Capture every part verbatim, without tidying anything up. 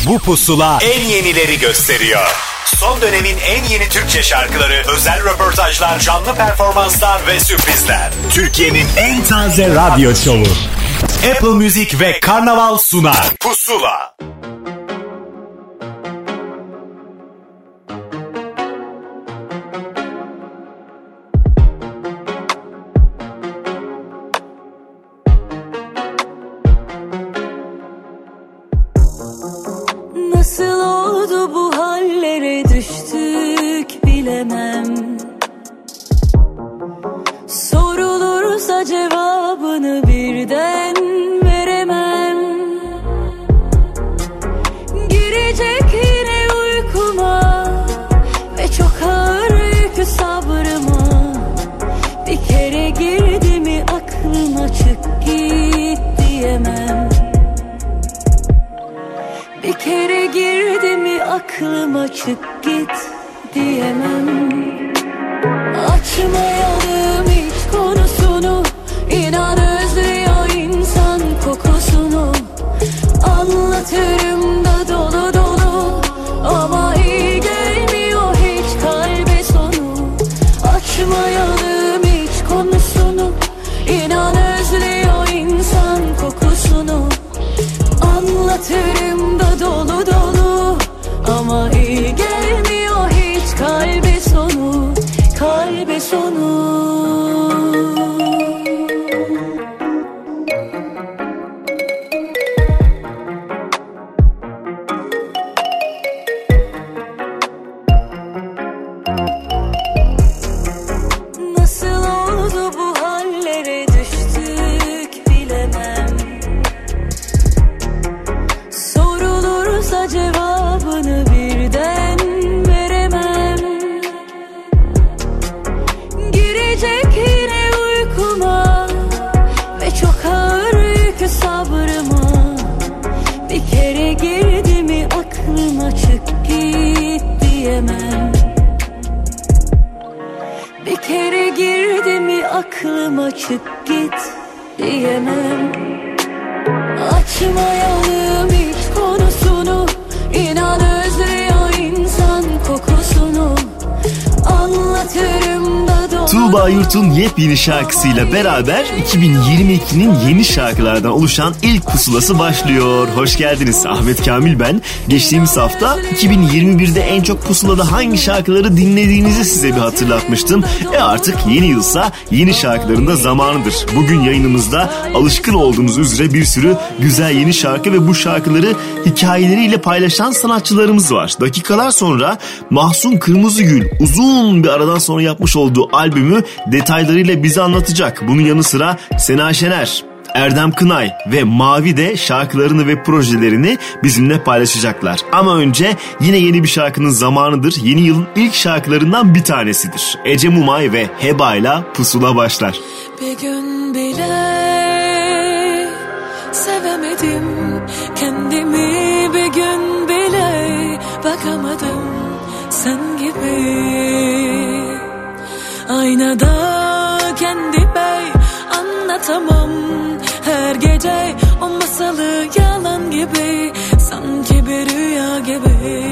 Bu pusula en yenileri gösteriyor. Son dönemin en yeni Türkçe şarkıları, özel röportajlar, canlı performanslar ve sürprizler. Türkiye'nin en taze radyo şovu. Apple Music ve Karnaval sunar. Pusula. Nasıl oldu bu hallere düştük bilemem. Sorulursa cevabını birden veremem. Girecek yine uykuma ve çok ağır yükü sabrıma. Bir kere girdi mi aklım açık git diyemem. Bir kere girdi mi aklım açık git diyemem. Açmayalım hiç konusunu, İnan özlüyor insan kokusunu. Anlatırım da dolu dolu, ama iyi gelmiyor hiç kalbe sonu. Açmayalım hiç konusunu, İnan özlüyor insan kokusunu. Anlatırım da dolu dolu, ama iyi gelmiyor hiç kalbe sonu, kalbe sonu. Nasıl oldu bu hallere düştük bilemem. Sorulursa cevabını birden veremem. Girecek yine uykuma ve çok ağır yükü sabrıma. Bir kere girdi mi aklım açık git diyemem. Bir kere girdi mi aklım açık git diyemem. Açmayalım hiç konusunu, İnan özlüyor insan kokusunu. Anlatırım da dolu. Tuğba Yurt'un yepyeni şarkısıyla beraber iki bin yirmi ikinin yeni şarkılardan oluşan ilk pusulası başlıyor. Hoş geldiniz, Ahmet Kamil ben. Geçtiğimiz hafta iki bin yirmi birde en çok pusulada hangi şarkıları dinlediğinizi size bir hatırlatmıştım. E artık yeni yılsa yeni şarkıların da zamanıdır. Bugün yayınımızda alışkın olduğunuz üzere bir sürü güzel yeni şarkı ve bu şarkıları hikayeleriyle paylaşan sanatçılarımız var. Dakikalar sonra Mahsun Kırmızıgül uzun bir aradan sonra yapmış olduğu albümü detaylarıyla bize anlatacak. Bunun yanı sıra Sena Şener, Erdem Kınay ve Mavi de şarkılarını ve projelerini bizimle paylaşacaklar. Ama önce yine yeni bir şarkının zamanıdır. Yeni yılın ilk şarkılarından bir tanesidir. Ece Mumay ve Heba'yla Pusula başlar. Bir gün bile sevemedim kendimi, bir gün bile bakamadım sen gibi. Aynada kendime anlatamam her gece o masalı yalan gibi, sanki bir rüya gibi.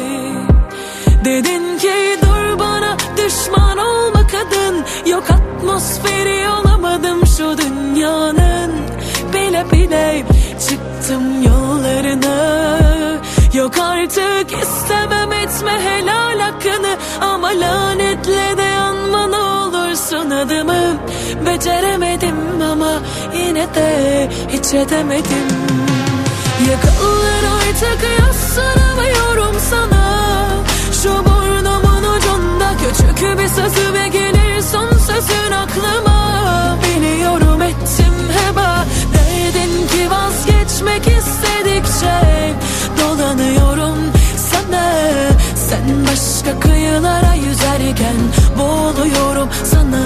Dedin ki dur bana düşman olma kadın, yok atmosferi olamadım şu dünyanın. Bile bile çıktım yollarına, yok artık istemem etme helal hakkını, ama lanetle de yanma ne olursun adımı. Beceremedim ama yine de hiç edemedim. Yakalar artık yaslanamıyorum sana, şu burnumun ucunda küçük bir sözü ve gelir son sözün aklıma. Biliyorum ettim heba, derdin ki vazgeçmek istedikçe dolanıyorum sana. Sen başka kıyılara yüzerken boğuluyorum sana.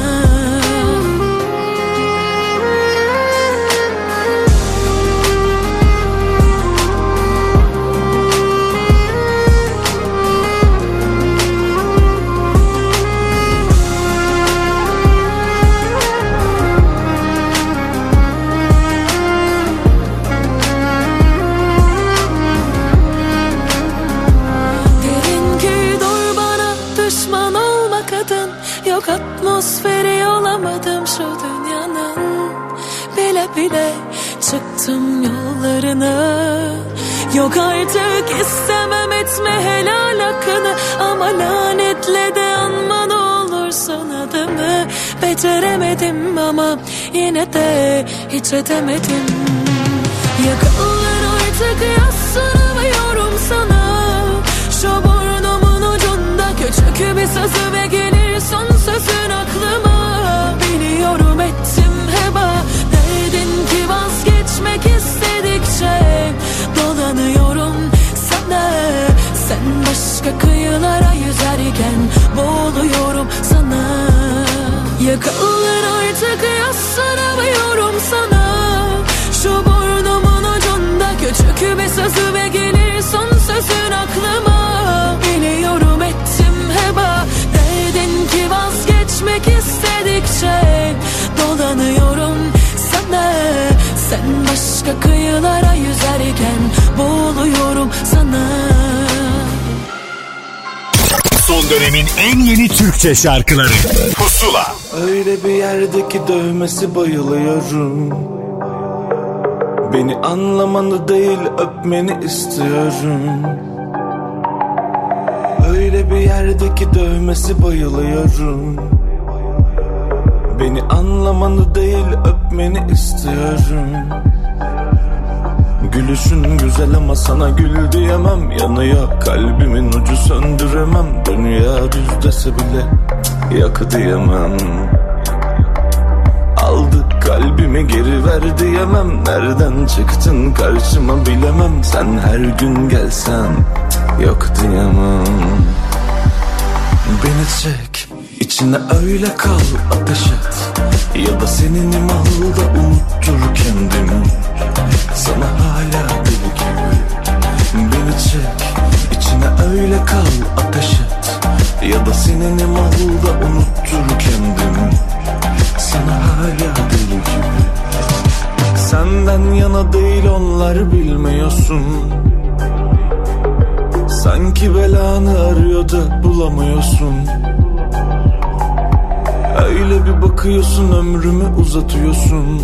Yok atmosferi olamadım şu dünyanın. Bile bile çıktım yollarına. Yok artık istemem etme helal hakkını. Ama lanetle de anma ne olursun adımı. Beceremedim ama yine de hiç edemedim. Yakalar artık yaslanamıyorum sana. Şu burnumun ucunda küçük bir sazı ve gelir son sözün aklıma. Biliyorum ettim heba. Derdin ki vazgeçmek istedikçe dolanıyorum sana. Sen başka kıyılara yüzerken boğuluyorum sana. Yakalar artık yaslanamıyorum sana. Şu burnumun ucunda küçük bir sözü ve gelir son sözün aklıma. Biliyorum ettim heba. Derdin ki vazgeçmek istedikçe dolanıyorum sana. Sen başka kıyılara yüzerken boğuluyorum sana. Son dönemin en yeni Türkçe şarkıları Pusula. Öyle bir yerdeki dövmesi bayılıyorum. Beni anlamanı değil öpmeni istiyorum. Öyle bir yerdeki dövmesi bayılıyorum. Beni anlamanı değil öpmeni istiyorum. Gülüşün güzel ama sana gül diyemem. Yanıyor kalbimin ucu söndüremem. Dünya düz dese bile yakı diyemem. Aldı kalbimi geri ver diyemem. Nereden çıktın karşıma bilemem. Sen her gün gelsen yok diyemem. Beni çek içine öyle kal ateş et. Ya da seninim al da unuttur kendimi. Sana hala deli gibi. Beni çek içine öyle kal ateş et. Ya da seninim al da unuttur kendimi. Sana hala deli gibi. Senden yana değil onlar bilmiyorsun. Sanki belanı arıyor da bulamıyorsun. Öyle bir bakıyorsun ömrümü uzatıyorsun.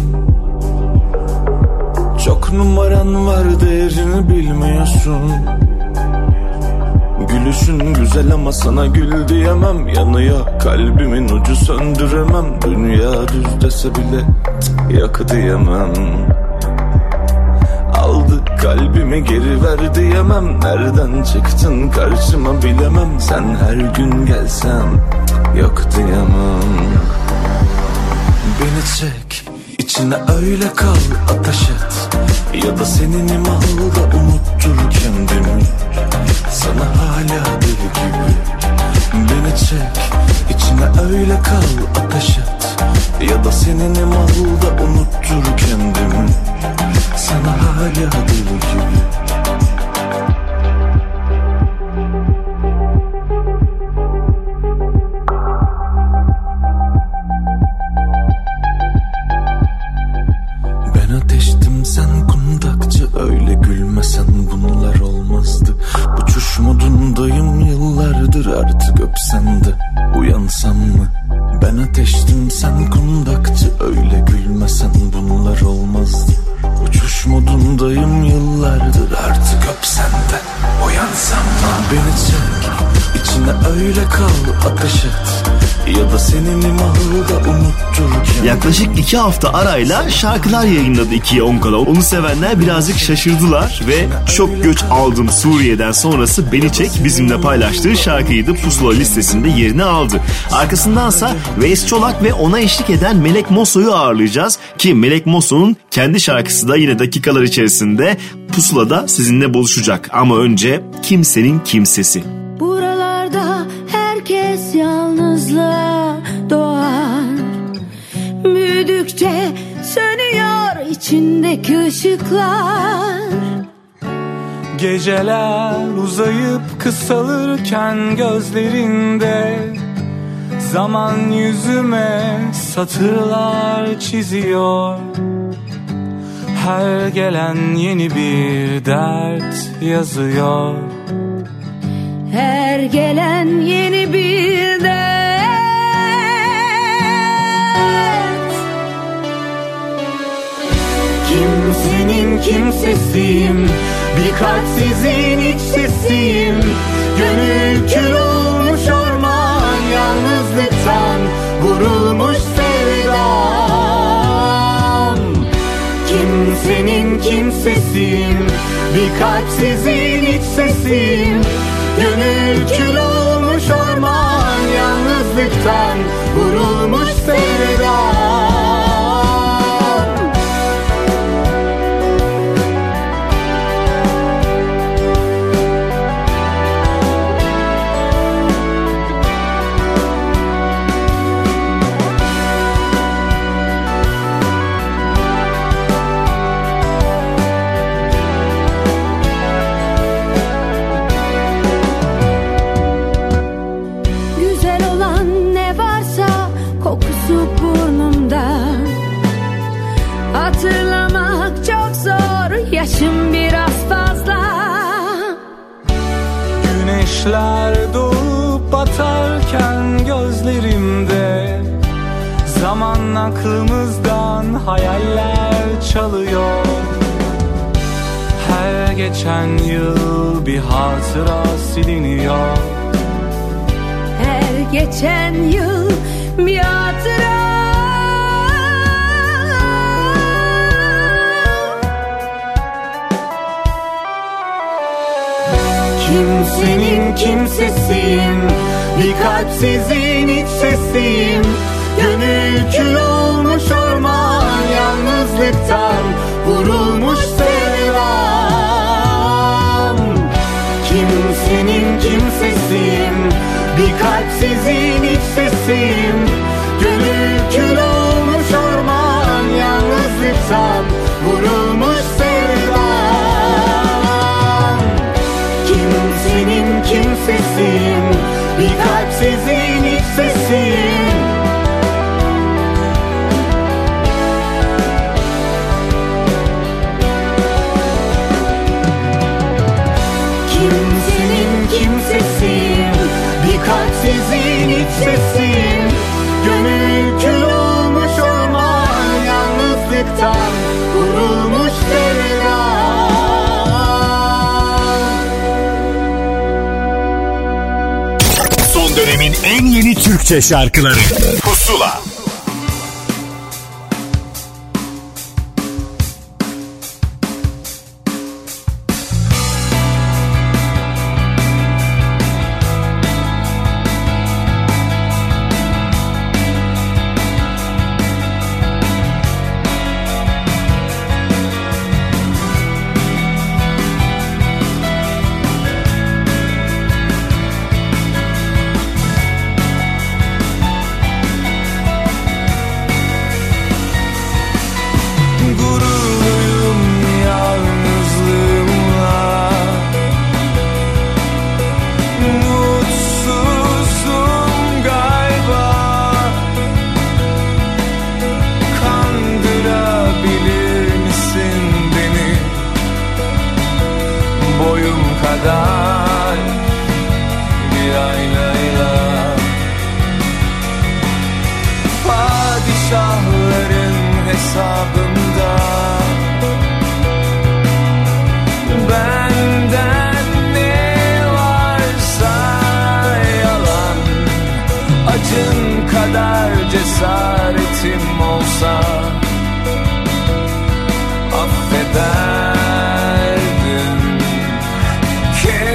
Çok numaran var değerini bilmiyorsun. Gülüşün güzel ama sana gül diyemem. Yanıyor kalbimin ucu söndüremem. Dünya düz dese bile yakı diyemem. Aldı kalbimi geri ver diyemem. Nereden çıktın karşıma bilemem. Sen her gün gelsen yok diyemem. Beni çek içine öyle kal ateş et. Ya da seninim al da unuttur kendimi. Sana hala deli gibi. Beni çek içine öyle kal ateş et. Ya da seninim al da unuttur kendimi. Sana hala deli gibi. Ben ateştim sen kundakçı. Öyle gülmesen bunlar olmazdı. Uçuş modundayım yıllardır. Artık öpsem de uyansam mı? Ben ateştim sen kundakçı. Öyle gülmesen bunlar olmazdı. Uçuş modundayım yıllardır. Artık öpsem de uyansam mı? Beni çek içine öyle kal ateş et. Ya da seninim al da unuttur kendimi. Yaklaşık iki hafta arayla şarkılar yayınladı ikiye on kala. Onu sevenler birazcık şaşırdılar ve çok göç aldım Suriye'den sonrası Beni Çek bizimle paylaştığı şarkıydı. Pusula listesinde yerini aldı. Arkasındansa Veys Çolak ve ona eşlik eden Melek Mosso'yu ağırlayacağız ki Melek Mosso'nun kendi şarkısı da yine dakikalar içerisinde Pusula'da sizinle buluşacak. Ama önce Kimsenin Kimsesi. Buralarda herkes yalnızlığa doğar. Büyüdükçe sönüyor içindeki ışıklar. Geceler uzayıp kısalırken gözlerinde zaman yüzüme satırlar çiziyor. Her gelen yeni bir dert yazıyor. Her gelen yeni bir dert Kimsenin kimsesiyim, bir kalpsizin iç sesiyim. Gönül kül olmuş orman, yalnızlıktan vurulmuş sevdam. Kimsenin kimsesiyim, bir kalpsizin iç sesiyim. Gönül kül olmuş orman, yalnızlıktan vurulmuş sevdam. Hatırlamak çok zor, yaşım biraz fazla. Güneşler doğup batarken gözlerimde, zaman aklımızdan hayaller çalıyor. Her geçen yıl bir hatıra siliniyor. Her geçen yıl bir hatıra. Kimsenin kimsesiyim, bir kalpsizin iç sesiyim. Gönül kül olmuş orman, yalnızlıktan vurulmuş sevdam. Kimsenin kimsesiyim, bir kalpsizin iç sesiyim. Gönül kül olmuş orman, yalnızlıktan vurulmuş sevdam. Kimsenin kimsesiyim, bir kalpsizin iç sesiyim. Kimsenin kimsesiyim, bir kalpsizin iç sesiyim. Gönül kül olmuş orman, yalnızlıktan vurulmuş sevdam. Son dönemin en yeni Türkçe şarkıları Pusula. Affederdim.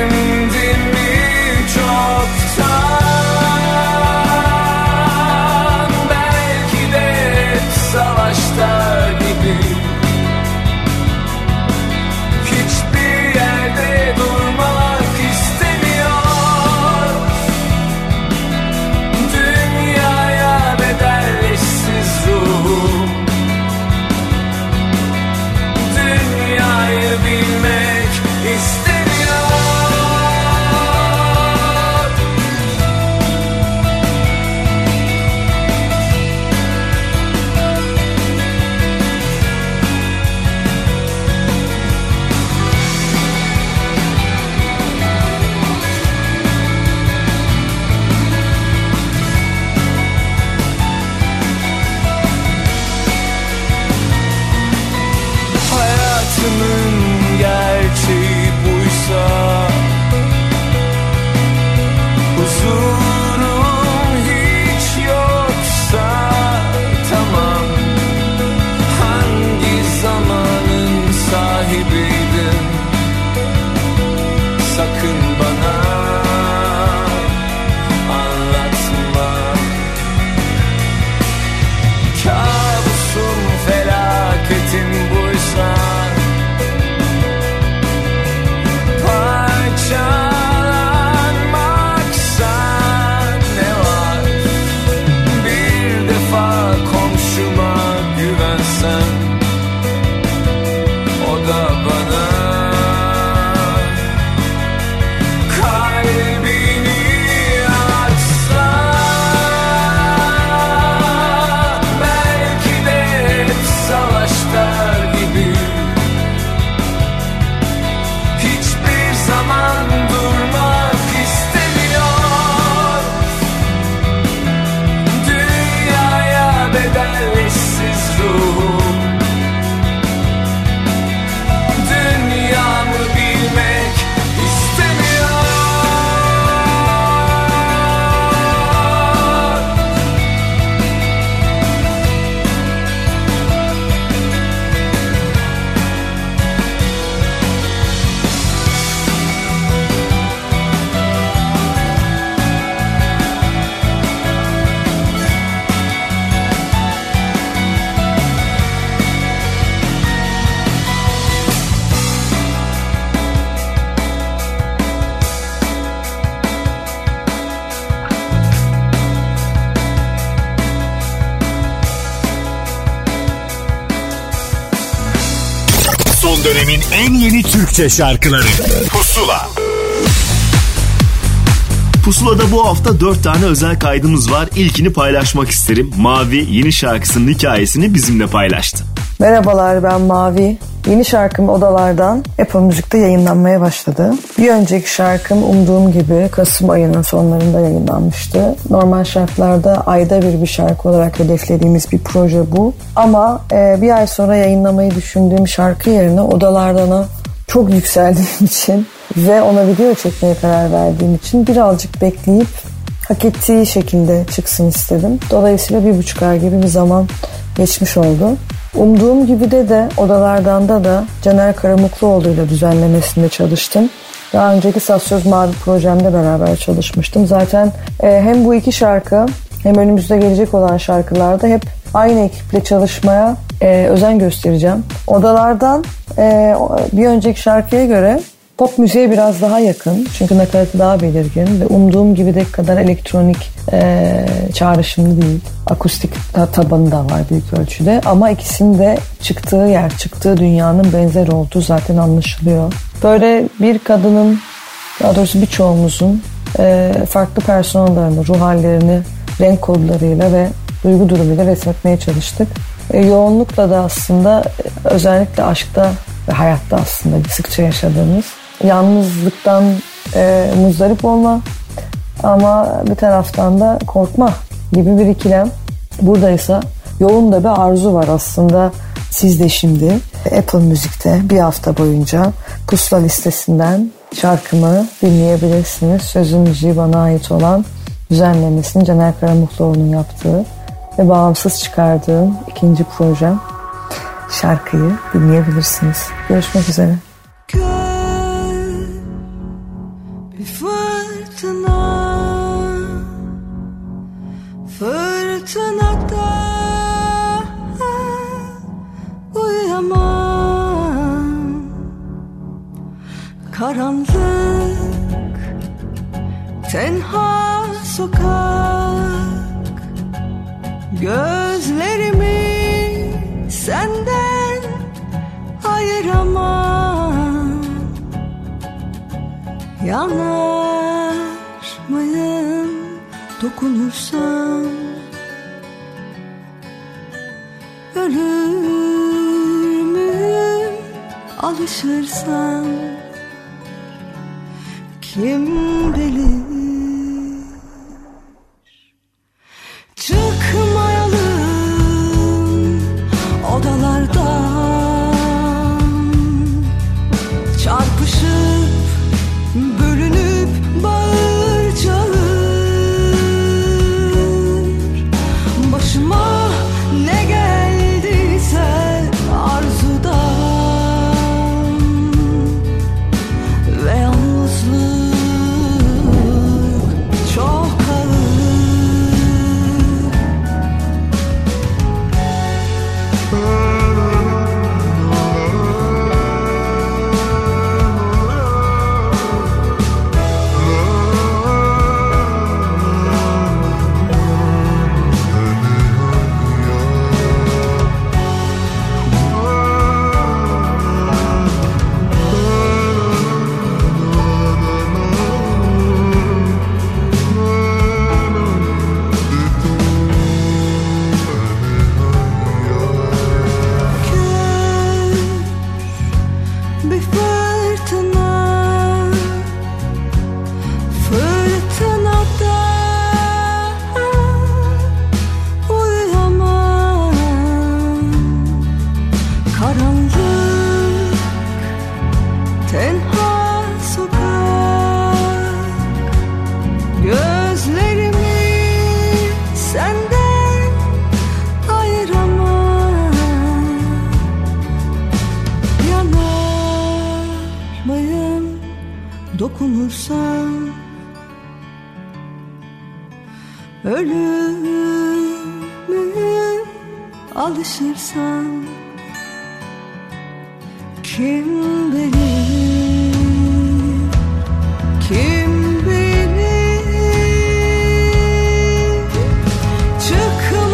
dönemin en yeni Türkçe şarkıları Pusula. Pusula'da bu hafta dört tane özel kaydımız var. İlkini paylaşmak isterim. Mavi yeni şarkısının hikayesini bizimle paylaştı. Merhabalar, ben Mavi. Yeni şarkım Odalardan Apple Müzik'te yayınlanmaya başladı. Bir önceki şarkım umduğum gibi Kasım ayının sonlarında yayınlanmıştı. Normal şartlarda ayda bir bir şarkı olarak hedeflediğimiz bir proje bu. Ama e, bir ay sonra yayınlamayı düşündüğüm şarkı yerine Odalardan'a çok yükseldiğim için ve ona video çekmeye karar verdiğim için birazcık bekleyip hak ettiği şekilde çıksın istedim. Dolayısıyla bir buçuk ay gibi bir zaman geçmiş oldu. Umduğum gibi de de Odalardan'da da Caner Karamukluoğlu ile düzenlemesinde çalıştım. Daha önceki Saz Söz Mavi projemde beraber çalışmıştım. Zaten e, hem bu iki şarkı hem önümüzde gelecek olan şarkılarda hep aynı ekiple çalışmaya e, özen göstereceğim. Odalardan e, bir önceki şarkıya göre pop müziğe biraz daha yakın. Çünkü nakaratı daha belirgin ve umduğum gibi de kadar elektronik e, çağrışımlı değil. Akustik tabanı da var büyük ölçüde. Ama ikisinin de çıktığı yer, çıktığı dünyanın benzer olduğu zaten anlaşılıyor. Böyle bir kadının, daha doğrusu birçoğumuzun e, farklı personalarını, ruh hallerini, renk kodlarıyla ve duygu durumuyla resmetmeye çalıştık. E, yoğunlukla da aslında e, özellikle aşkta ve hayatta aslında sıkça yaşadığımız yalnızlıktan e, muzdarip olma ama bir taraftan da korkma gibi bir ikilem. Buradaysa yoğun da bir arzu var aslında. Siz de şimdi Apple Müzik'te bir hafta boyunca Pusula listesinden şarkımı dinleyebilirsiniz. Sözün müziği bana ait olan, düzenlemesini Caner Karamukluoğlu'nun yaptığı ve bağımsız çıkardığım ikinci projem. Şarkıyı dinleyebilirsiniz. Görüşmek üzere. Bir fırtına, fırtınada uyuyamam. Karanlık, tenha sokak, gözlerimi senden ayıramam. Yanar mıyım dokunursam, ölür müyüm alışırsam, kim bilir. Çıkmayalım odalardan, çarpışıp bölünüp bağır çağır. Başıma ne geldiyse arzudan ve yalnızlık çok dokunursam, ölür müyüm alışırsam, kim bilir, kim bilir.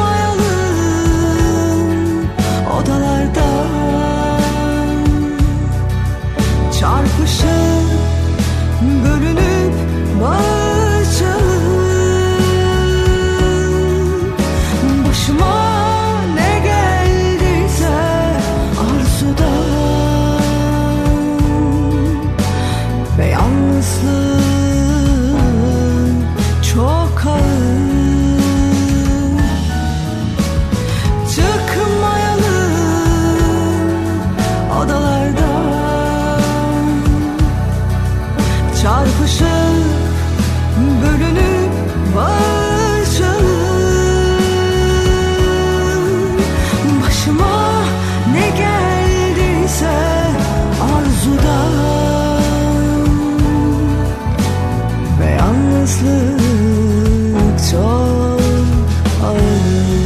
Çıkmayalım odalardan, yalnızlığın çok ağır. Çıkmayalım odalardan, çarpışıp bölünüp barışalım. Başıma ne geldiyse arzudan ve yalnızlık çok ağır.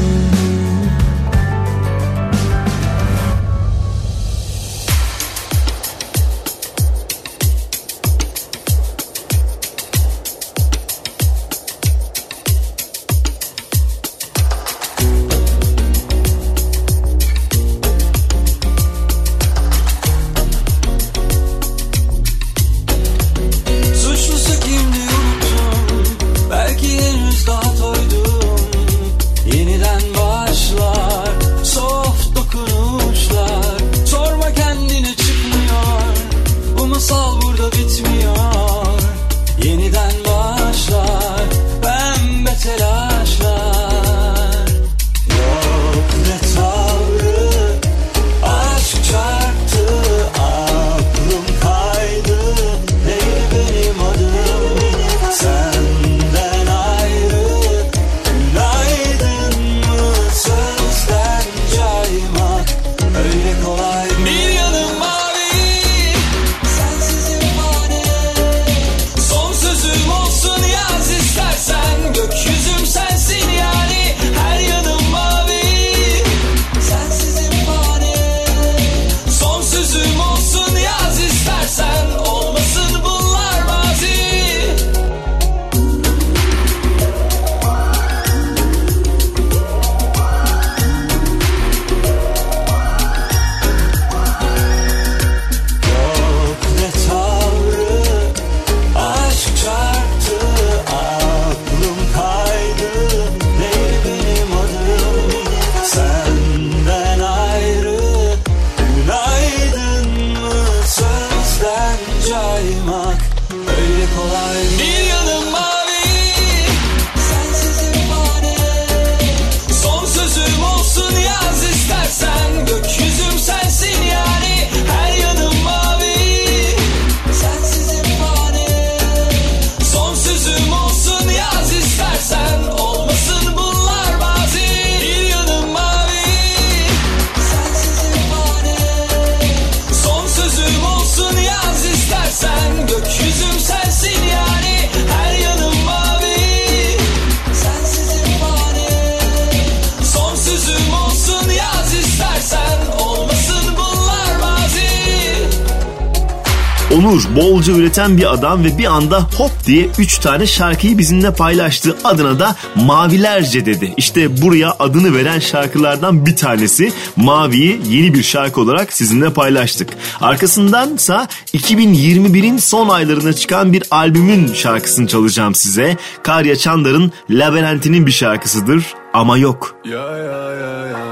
Onur bolca üreten bir adam ve bir anda hop diye üç tane şarkıyı bizimle paylaştı. Adına da Mavilerce dedi. İşte buraya adını veren şarkılardan bir tanesi. Mavi'yi yeni bir şarkı olarak sizinle paylaştık. Arkasındansa iki bin yirmi birin son aylarına çıkan bir albümün şarkısını çalacağım size. Karya Çandar'ın Labirentinin bir şarkısıdır ama yok. Ya ya ya ya.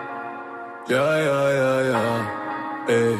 Ya ya ya ya. Ey.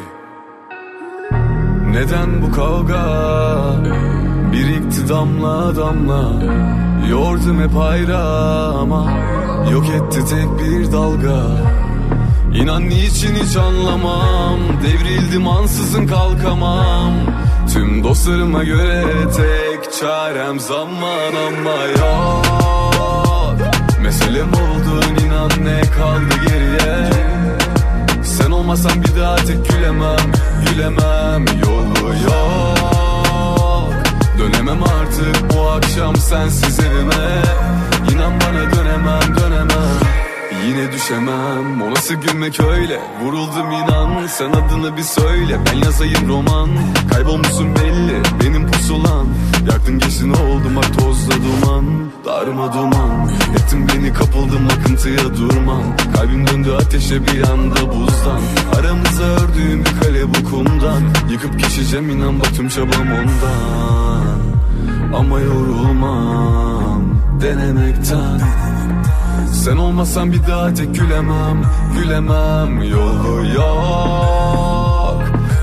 Neden bu kavga birikti damla damla, yordum hep hayra ama yok etti tek bir dalga. İnan niçin hiç anlamam, devrildim ansızın kalkamam. Tüm dostlarıma göre tek çarem zaman ama yok. Meselem oldun inan, ne kaldı geriye? Sen olmasan bir daha tek gülemem, gülemem, yolu yok. Dönemem artık bu akşam sensiz evime. İnan bana dönemem, dönemem. Yine düşemem, o nasıl gülmek öyle? Vuruldum inan, sen adını bir söyle. Ben yazayım roman, kaybolmuşsun belli benim pusulam. Yaktın geçtin oldum bak tozla duman, darma duman. Ettin beni kapıldım akıntıya durmam. Kalbim döndü ateşe bir anda buzdan. Aramıza ördüğüm bir kale bu kumdan. Yıkıp geçeceğim inan bak tüm çabam ondan. Ama yorulmam denemekten. Sen olmasan bir daha tek gülemem, gülemem, yolu yok.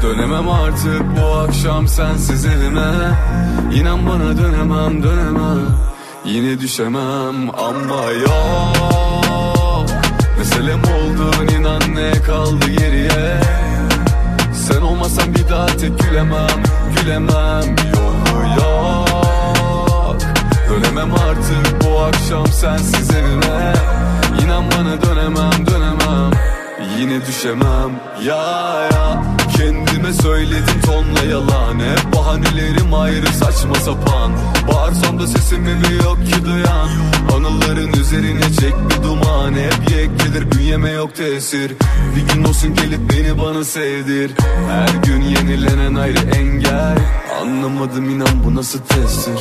Dönemem artık bu akşam sensiz evime. İnan bana dönemem dönemem. Yine düşemem ama yok. Meselem oldun inan, ne kaldı geriye? Sen olmasan bir daha tek gülemem, gülemem. Yok yok. Dönemem artık bu akşam sensiz evime. İnan bana dönemem dönemem. Yine düşemem ya ya. Kendime söyledim tonla yalan. Hep bahanelerim ayrı saçma sapan. Bağırsam da sesimi bir yok ki duyan. Anıların üzerine çek bir duman. Hep yek gelir bünyeme yok tesir. Bir gün olsun gelip beni bana sevdir. Her gün yenilenen ayrı engel. Anlamadım inan bu nasıl testtir.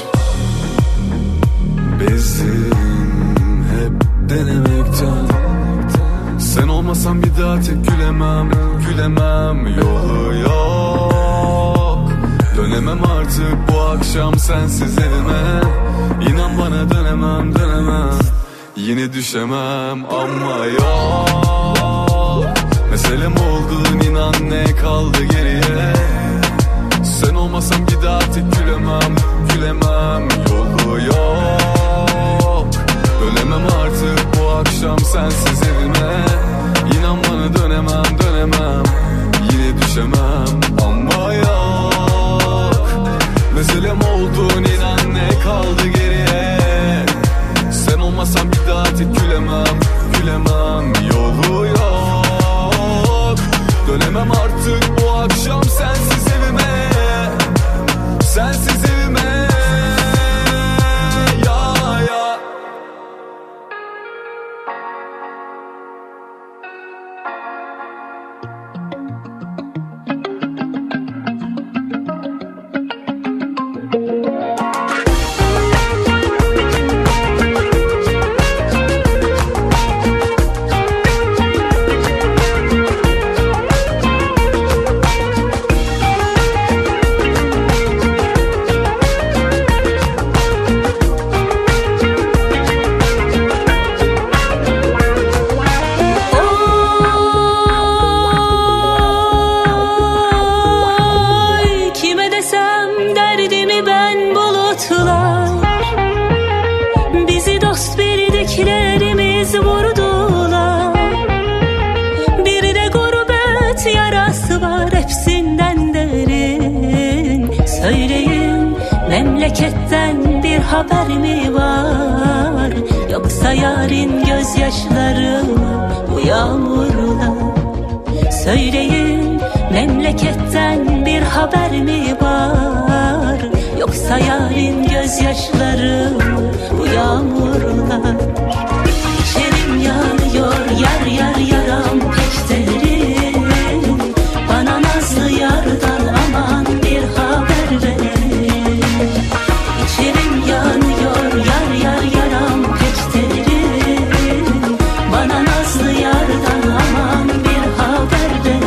Bezdim hep denemekten. Sen olmasan bir daha tek gülemem, gülemem. Yolu yok. Dönemem artık bu akşam sensiz evime. İnan bana dönemem dönemem. Yine düşemem ama yok. Meselem oldun inan, ne kaldı geriye? Sen olmasan bir daha tek gülemem, gülemem. Yolu yok. Dönemem artık bu akşam sensiz evime. İnan bana dönemem dönemem. Yine düşemem ama yok. Meselem oldun inan, ne kaldı geriye? Sen olmasan bir daha tek gülemem, gülemem. Yolu yok. Dönemem artık bu akşam sensiz evime. Sensiz evime. Memleketten bir haber mi var? Yoksa yarın gözyaşları bu yağmurla? Söyleyin, memleketten bir haber mi var? Yoksa yarın gözyaşları bu yağmurla? İçerim yanıyor, yar yar yaram pek derin. Bana nazlı yardan aman bir haber ver. İçerim yanıyor, yar yar yaram pek derin. Bana nazlı yardan aman bir haber ver.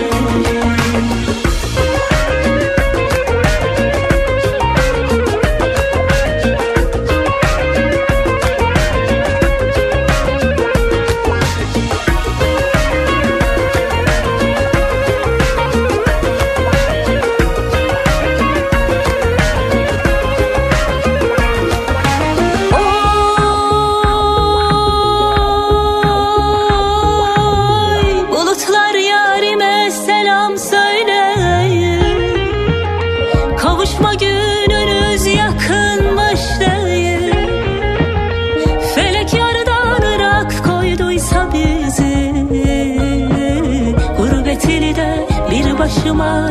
Başıma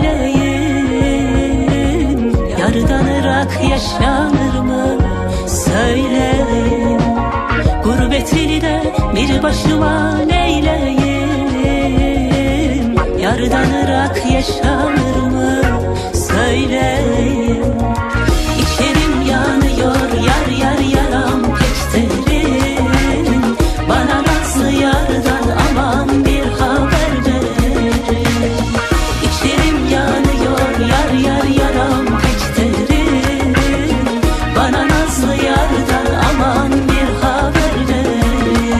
neyleyim? Yardan ırak yaşanır mı? Söyleyin. Gurbet ilde bir başıma neyleyim? Yardan ırak yaşanır mı? Söyleyin. İçerim yanıyor, yar yar yaram pek derin. Bana nazlı yardan aman bir haber ver. İçerim yanıyor, yar yar yaram pek derin. Bana nazlı yardan aman bir haber ver.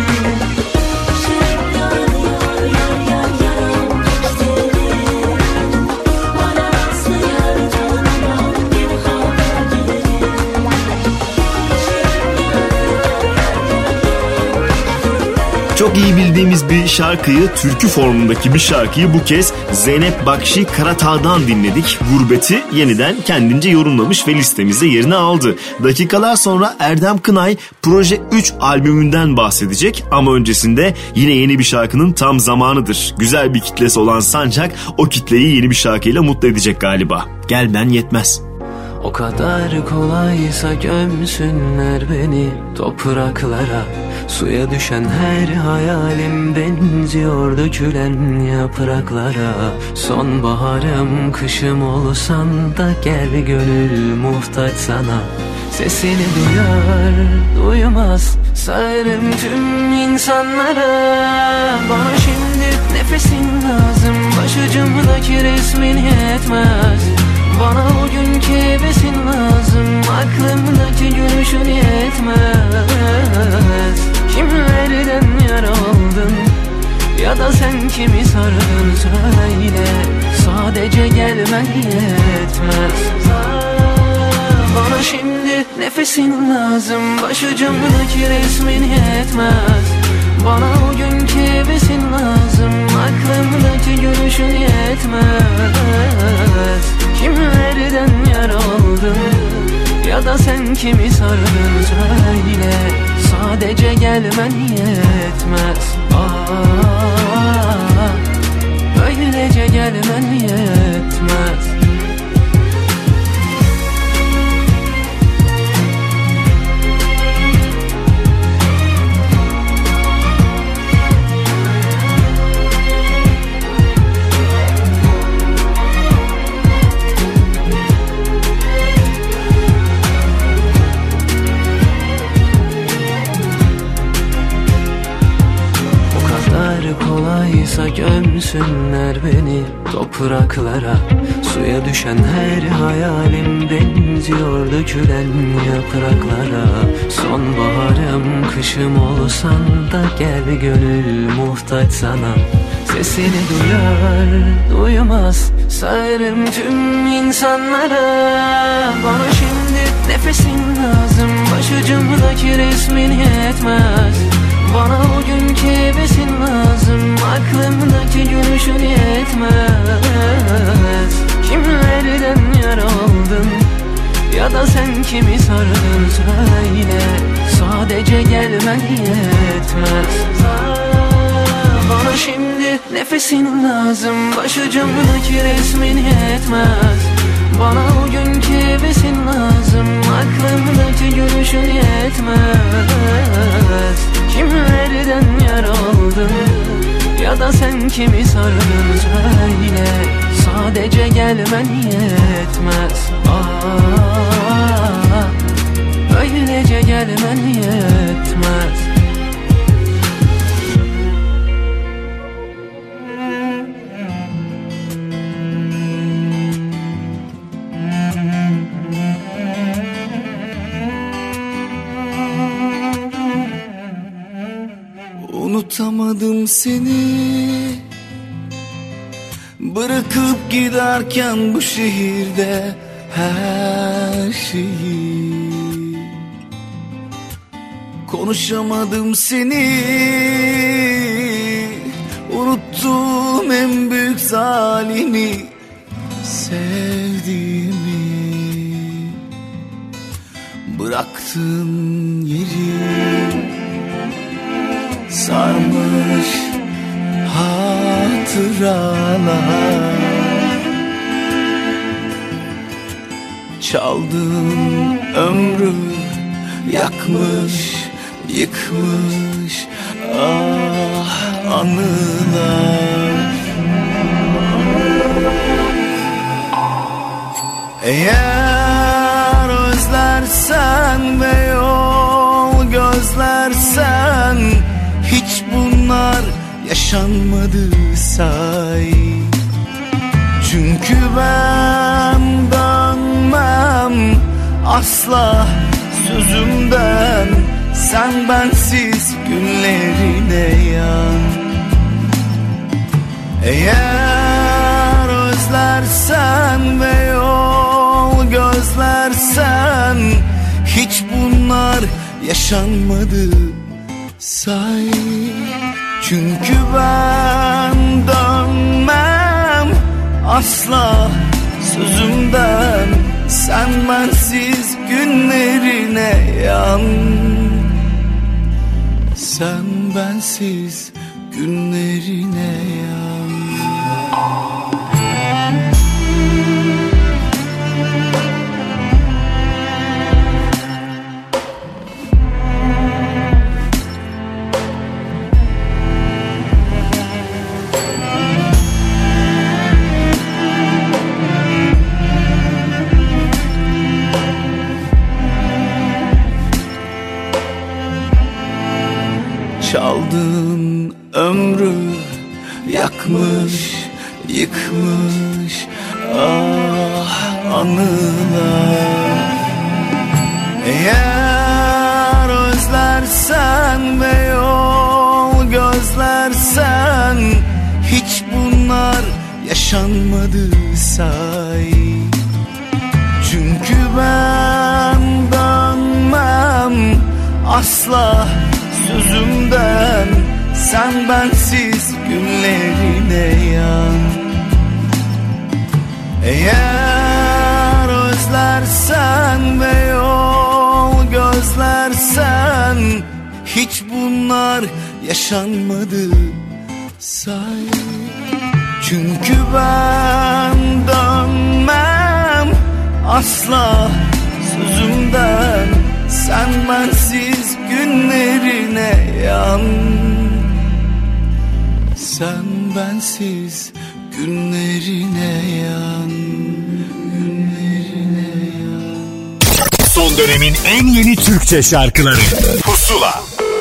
İçerim yanıyor, yar yar yaram pek derin. Çok iyi bildiğimiz bir şarkıyı, türkü formundaki bir şarkıyı bu kez Zeynep Bakşi Karatağ'dan dinledik. Gurbeti yeniden kendince yorumlamış ve listemizde yerini aldı. Dakikalar sonra Erdem Kınay Proje üç albümünden bahsedecek ama öncesinde yine yeni bir şarkının tam zamanıdır. Güzel bir kitlesi olan Sancak o kitleyi yeni bir şarkıyla mutlu edecek galiba. Gelmen yetmez. O kadar kolaysa gömsünler beni topraklara. Suya düşen her hayalim benziyor dökülen yapraklara. Sonbaharım kışım olsan da gel gönül muhtaç sana. Sesini duyar duymaz sağırım tüm insanlara. Bana şimdi nefesin lazım, başucumdaki resmin yetmez. Bana o günkü hevesin lazım, aklımdaki gülüşün yetmez. Kimlerden yara aldın ya da sen kimi sardın söyle. Sadece gelmen yetmez. Bana şimdi nefesin lazım, başucumdaki resmin yetmez. Bana o günkü hevesin lazım, aklımdaki gülüşün yetmez. Kimlerden yara aldın ya da sen kimi sardın söyle. Sadece gelmen yetmez. Aa, böylece gelmen yetmez. Kolaysa gömsünler beni topraklara. Suya düşen her hayalim benziyor dökülen yapraklara. Sonbaharım kışım olsan da gel gönül muhtaç sana. Sesini duyar duymaz sağırım tüm insanlara. Bana şimdi nefesin lazım, başucumdaki resmin yetmez. Bana o günkü hevesin lazım, aklımdaki gülüşün yetmez. Kimlerden yara aldın ya da sen kimi sardın söyle. Sadece gelmen yetmez. Bana şimdi nefesin lazım, başucumdaki resmin yetmez. Bana o günkü hevesin lazım, aklımdaki gülüşün yetmez. Kimlerden yara aldın ya da sen kimi sardın söyle. Sadece gelmen yetmez. Aa, böylece gelmen yetmez. Unutamadım seni, bırakıp giderken bu şehirde her şeyi. Konuşamadım seni, unuttum en büyük zalimi, sevdiğimi. Bıraktığın yeri sarmış hatıralar. Çaldığın ömrü yakmış, yıkmış ah anılar. Eğer özlersen ve yol gözlersen, hiç bunlar yaşanmadı say. Çünkü ben dönmem asla sözümden, sen bensiz günlerine yan. Eğer özlersen ve yol gözlersen, hiç bunlar yaşanmadı say. Çünkü ben dönmem asla sözümden. Sen bensiz günlerine yan. Sen bensiz günlerine yan. Çaldığın ömrü yakmış, yıkmış ah anılar. Eğer özlersen ve yol gözlersen hiç bunlar yaşanmadı say. Çünkü ben dönmem asla sözümden. Sen bensiz günlerine yan. Eğer özlersen ve yol gözlersen hiç bunlar yaşanmadı say. Çünkü ben dönmem asla sözümden. Sen bensiz günlerine yan. Sen bensiz günlerine yan. Günlerine yan. Son dönemin en yeni Türkçe şarkıları Pusula.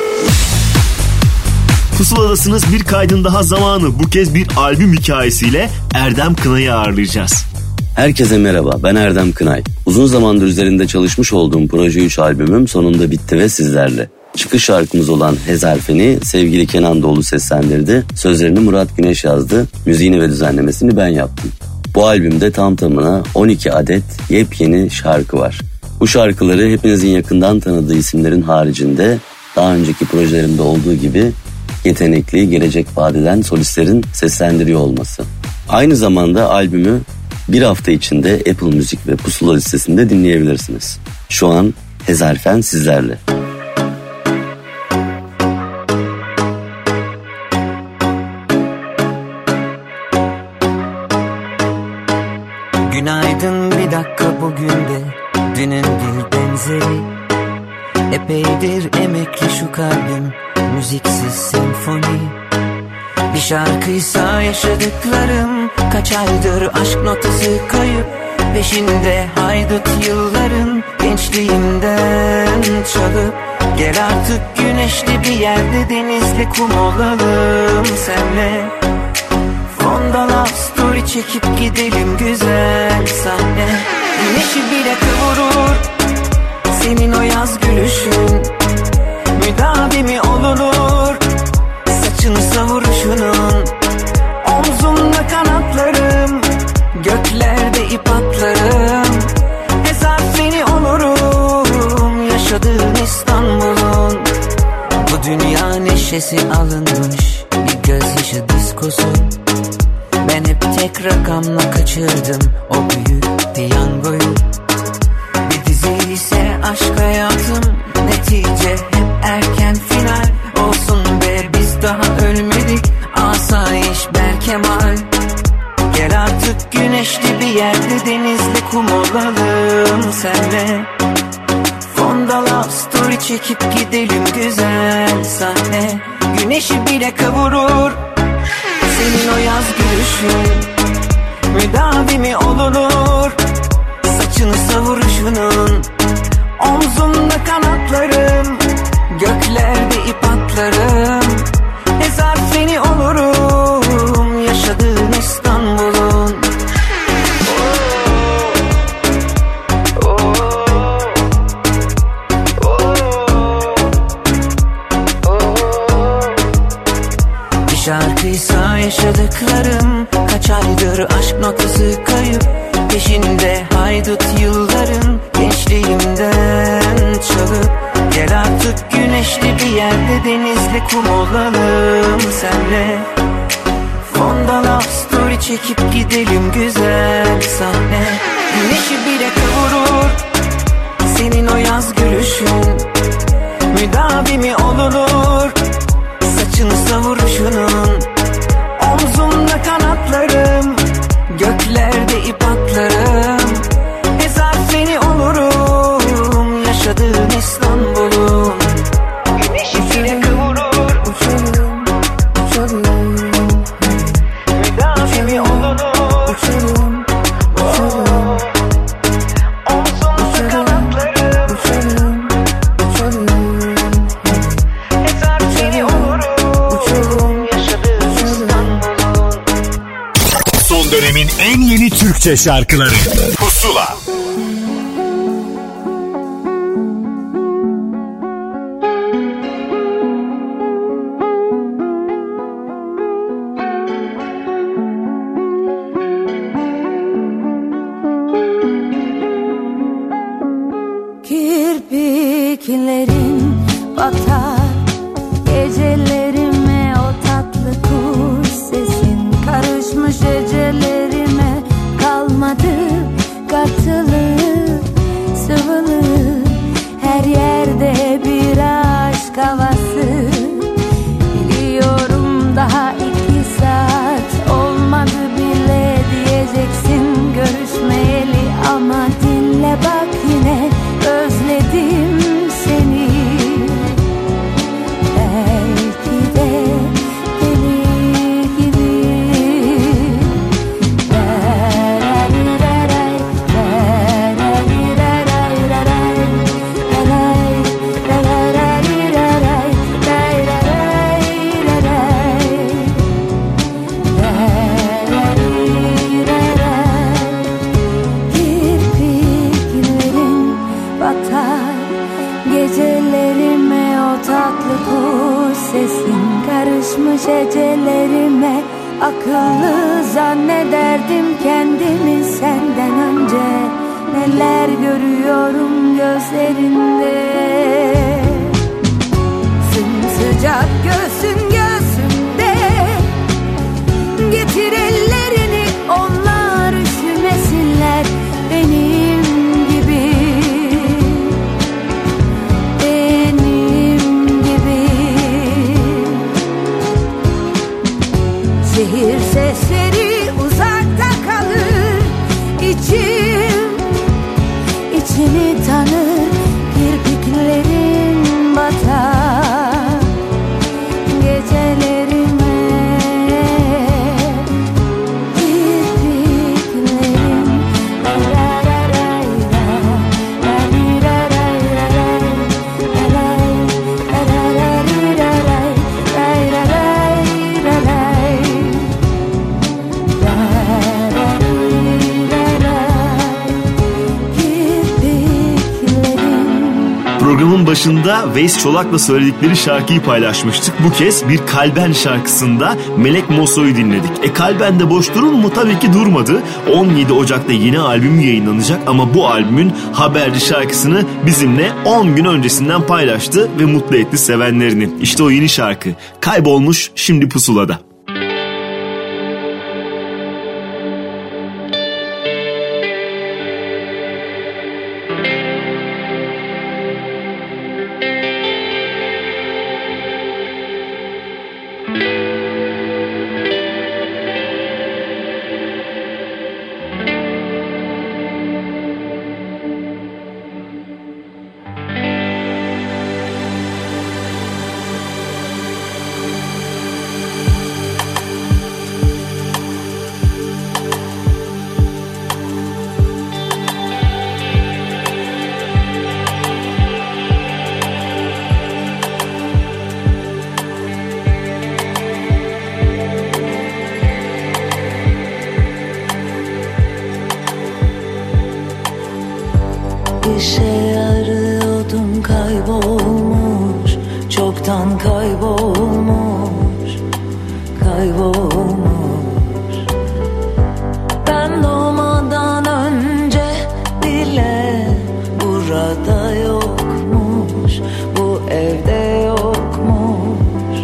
Pusuladasınız, bir kaydın daha zamanı. Bu kez bir albüm hikayesiyle Erdem Kınay'ı ağırlayacağız. Herkese merhaba, ben Erdem Kınay. Uzun zamandır üzerinde çalışmış olduğum Proje üç albümüm sonunda bitti ve sizlerle. Çıkış şarkımız olan Hezarfen'i sevgili Kenan Doğulu seslendirdi. Sözlerini Murat Güneş yazdı, müziğini ve düzenlemesini ben yaptım. Bu albümde tam tamına on iki adet yepyeni şarkı var. Bu şarkıları hepinizin yakından tanıdığı isimlerin haricinde daha önceki projelerimde olduğu gibi yetenekli, gelecek vadeden solistlerin seslendiriyor olması. Aynı zamanda albümü bir hafta içinde Apple Müzik ve Pusula listesinde dinleyebilirsiniz. Şu an Hezarfen sizlerle. Günaydın, bir dakika bugün de dünün bir benzeri. Epeydir emekli şu kalbim, müziksiz senfoni. Bir şarkıysa yaşadıklarım, kaç aydır aşk notası kayıp. Peşinde haydut yılların, gençliğimden çalıp. Gel artık güneşli bir yerde, denizli kum olalım senle. Fonda love story çekip gidelim güzel sahne. Güneşi bile kıvırır senin o yaz gülüşün, müdavimi olunur saçını savuruşunun. Omzumda kanatlarım, göklerde ip atlarım. Hezarfeni olurum yaşadığın İstanbul'un. Bu dünya neşesi alınmış bir gözyaşı diskosu. Ben hep tek rakamla kaçırdım o büyük piyangoyu. Bir dizi ise aşk hayatım, netice hep erken final. Olsun be, biz daha ölmedik, asayiş Berkemal. Gel artık güneşli bir yerde, denizli kum olalım senle. Fonda love story çekip gidelim güzel sahne. Güneşi bile kavurur senin o yaz gülüşün, müdavimi olunur saçını savuruşunun. Omzumda kanatlarım, göklerde ip atlarım. Hezarfeni olurum yaşadığın İstanbul'un. Bir şarkıysa yaşadıklarım, kaç aydır aşk notası kayıp. Peşinde haydut yılların, gençliğim kum olalım senle. Fonda love story çekip gidelim güzel sahne. Güneşi bile kıvırır senin o yaz gülüşün. Müdavimi olunur saçını savuruşunun. Omzumda kanatlarım, göklerde ip atlarım. Ezer seni olurum yaşadığın İstanbul'un. Güneşi bile kıvırır uçurum, uçurum. Müdavimi olunur uçurum, uçurum. Omzumda kanatlarım, uçurum, uçurum. Ezer seni olurum uçurum yaşadığın İstanbul'un. Son dönemin en yeni Türkçe şarkıları Pusula. Kirpiklerin batar gecelerime, o tatlı kuş sesin karışmış ecelerime. Kalmadı katılı sıvılı, her yerde bir aşk havası. Biliyorum daha iki saat olmadı bile diyeceksin görüşmeyeli, ama dinle bak yine özledim seni. Belki de deli gibi. Kirpiklerin batar gecelerime, o tatlı kuş sesin karışmış ecelerime. Akıllı zannederdim kendimi senden önce, neler görüyorum gözlerinde. Sımsıcak göğsün göğsümde, getir ellerini onlar üşümesinler benim gibi. Benim gibi. Şehir sesleri uzakta kalır, İçim içini tanır. Kirpiklerin batar gecelerime. Kirpiklerin Programın başında Veys Çolak'la söyledikleri şarkıyı paylaşmıştık. Bu kez bir Kalben şarkısında Melek Mosso'yu dinledik. E Kalben de boş durur mu? Tabii ki durmadı. on yedi Ocak'ta yeni albüm yayınlanacak ama bu albümün Haberci şarkısını bizimle on gün öncesinden paylaştı ve mutlu etti sevenlerini. İşte o yeni şarkı Kaybolmuş, şimdi Pusula'da. Bir şey arıyordum, kaybolmuş, çoktan kaybolmuş, kaybolmuş. Ben doğmadan önce bile burada yokmuş, bu evde yokmuş.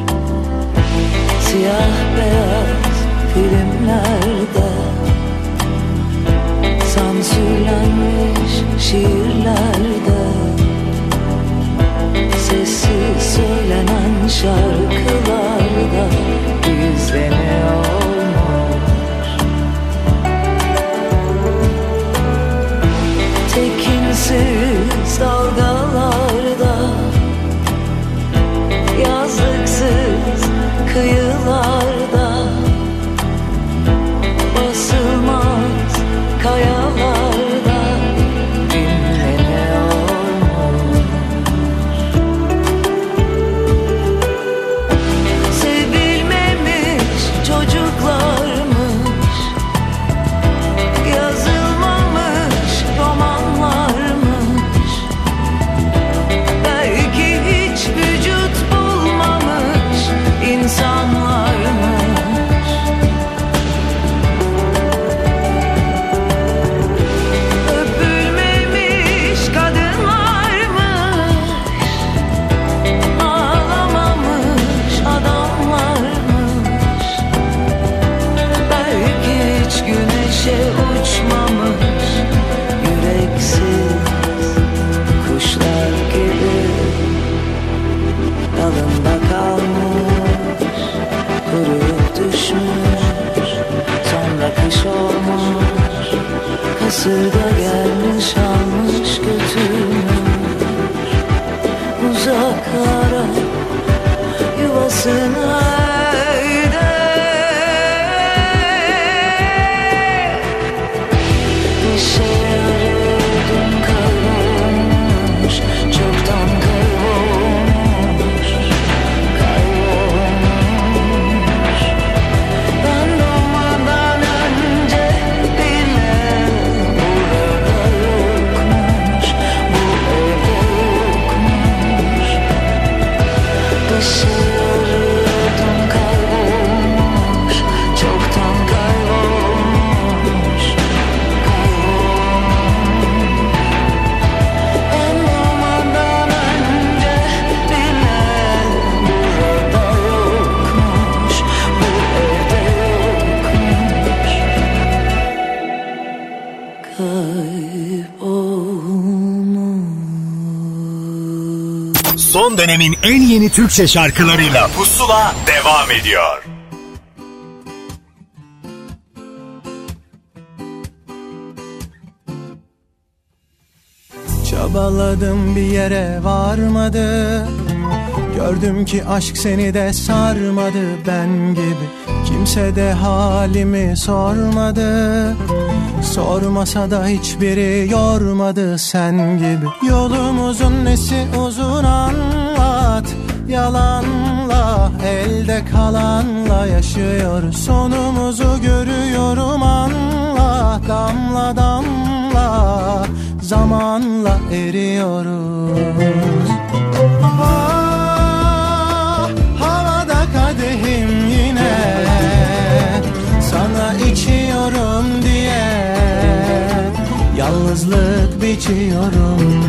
Son dönemin en yeni Türkçe şarkılarıyla Pusula devam ediyor. Çabaladım bir yere varmadı. Gördüm ki aşk seni de sarmadı ben gibi. Kimse de halimi sormadı. Sormasa da hiçbiri yormadı sen gibi. Yolumuzun nesi uzun anlat. Yalanla elde kalanla yaşıyor. Sonumuzu görüyorum anla. Damla damla zamanla eriyoruz. Ah, havada kadehim yine sana içiyorum diye yalnızlık biçiyorum.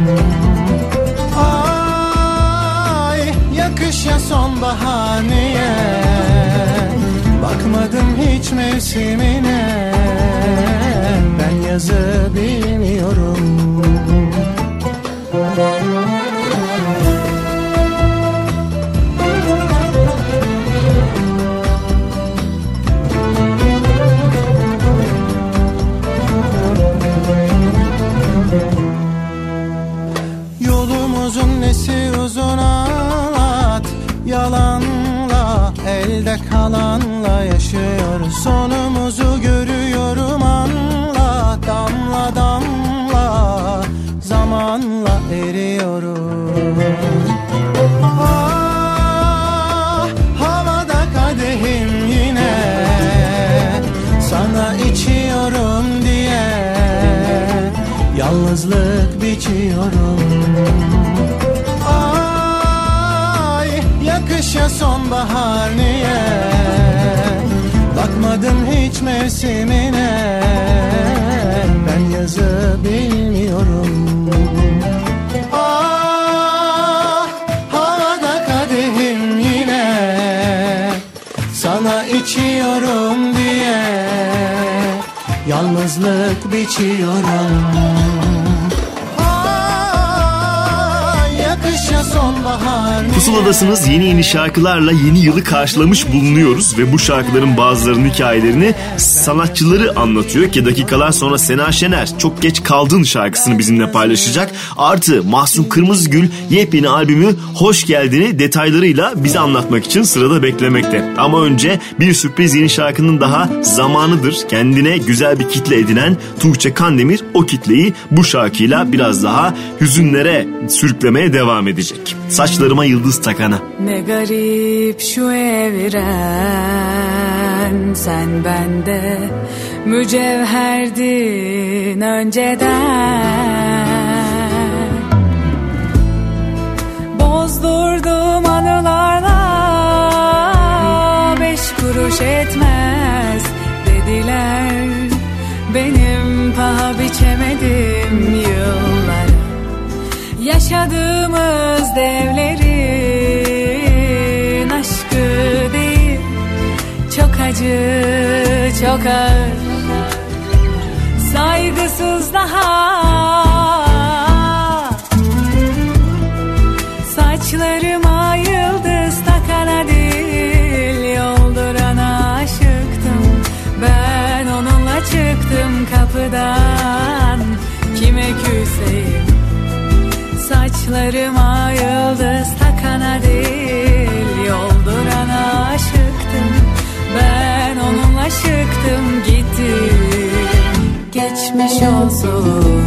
Ay yakışa sonbahar niye bakmadım hiç mevsimine. Ben yazı bilmiyorum. Yolumuzun nesi uzun anlat. Yalanla elde kalanla yaşıyoruz. Sonumuzu görüyorum anla. Damla damla zamanla eriyoruz. Ah, havada kadehim yine sana içiyorum diye yalnızlık biçiyorum. Ay yakışa sonbahar niye bakmadım hiç mevsimine. Ben yazı bilmiyorum. Ah havada kadehim yine sana içiyorum diye yalnızlık biçiyorum. Pusuladasınız, yeni yeni şarkılarla yeni yılı karşılamış bulunuyoruz ve bu şarkıların bazılarının hikayelerini sanatçıları anlatıyor ki dakikalar sonra Sena Şener Çok Geç Kaldın şarkısını bizimle paylaşacak. Artı Mahsun Kırmızıgül yepyeni albümü Hoş Geldin'i detaylarıyla bize anlatmak için sırada beklemekte. Ama önce bir sürpriz yeni şarkının daha zamanıdır. Kendine güzel bir kitle edinen Tuğçe Kandemir o kitleyi bu şarkıyla biraz daha hüzünlere sürüklemeye devam edecek. Saçlarıma yıldız takana. Ne garip şu evren, sen bende mücevherdin önceden. Bozdurdum anılarla, beş kuruş etmez dediler. Benim paha biçemedim yıllar. Yaşadığımız devlerin aşkı değil, çok acı, çok ağır, saygısız daha. Saçlarıma yıldız takana değil, yoldurana aşıktım. Ben onunla çıktım kapıdan, kime küseyim. Saçlarıma yıldız takana değil, yoldurana aşıktım. Ben onunla çıktım gittim. Geçmiş olsun.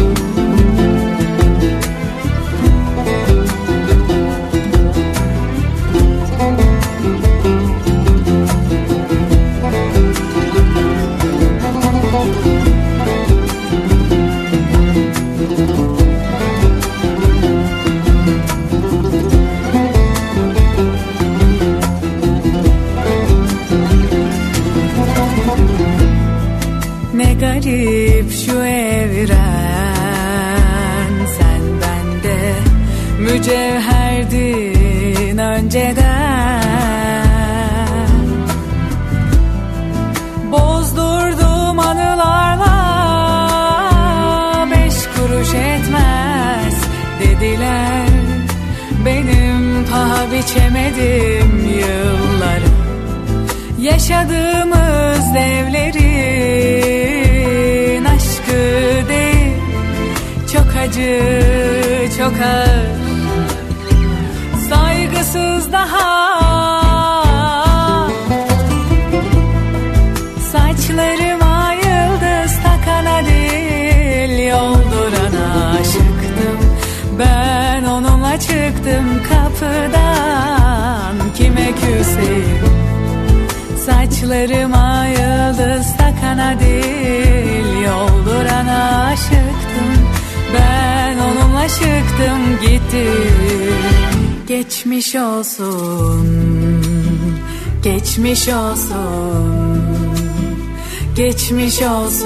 Ne garip şu evren, sen bende mücevherdin önceden. Bozdurdum anılarla, beş kuruş etmez dediler. benim paha biçemedim yılları. Yaşadığımız devlerin aşkı değil, çok acı, çok ağır. Saygısız daha. Saçlarıma yıldız takana değil, yoldurana aşıktım. Ben onunla çıktım kapıdan, kime küseyim. Saçlarıma yıldız takana değil, yoldurana aşıktım. Ben onunla çıktım gittim. Geçmiş olsun, geçmiş olsun, geçmiş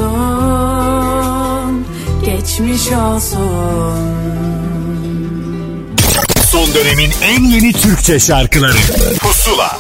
olsun, geçmiş olsun. Son dönemin en yeni Türkçe şarkıları Pusula.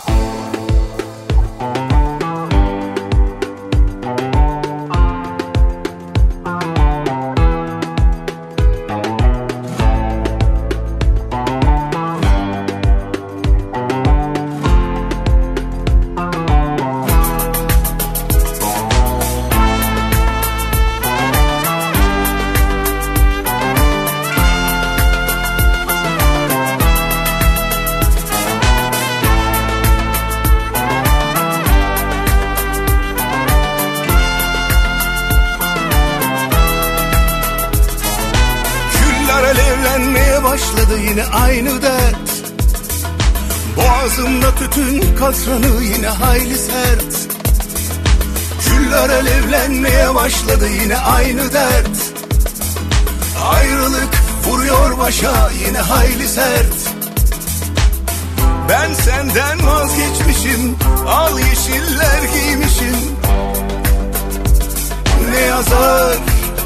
Yine aynı dert. Boğazımda tütün katranı yine hayli sert. Küller alevlenmeye başladı yine aynı dert. Ayrılık vuruyor başa yine hayli sert. Ben senden vazgeçmişim, al yeşiller giymişim. Ne yazar,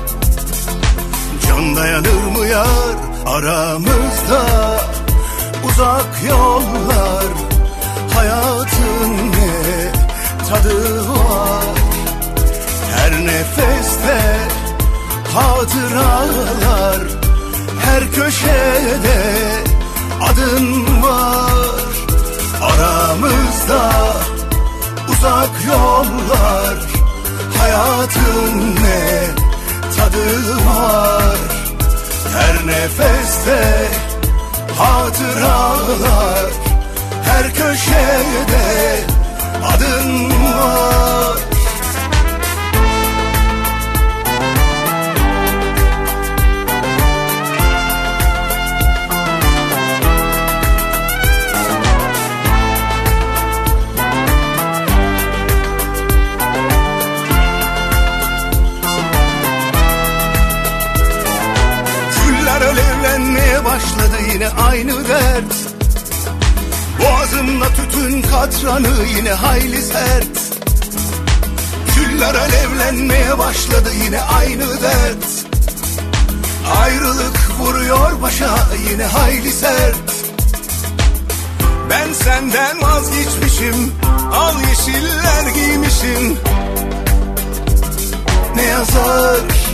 can dayanır mı yar? Aramızda uzak yollar, hayatın ne tadı var? Her nefeste hatıralar, her köşede adın var. Aramızda uzak yollar, hayatın ne tadı var? Her nefeste hatıralar, her köşede adın var. Alevlenmeye başladı yine aynı dert. Boğazımda tütün katranı yine hayli sert. Küller alevlenmeye başladı yine aynı dert. Ayrılık vuruyor başa yine hayli sert. Ben senden vazgeçmişim, al yeşiller giymişim. Ne yazar,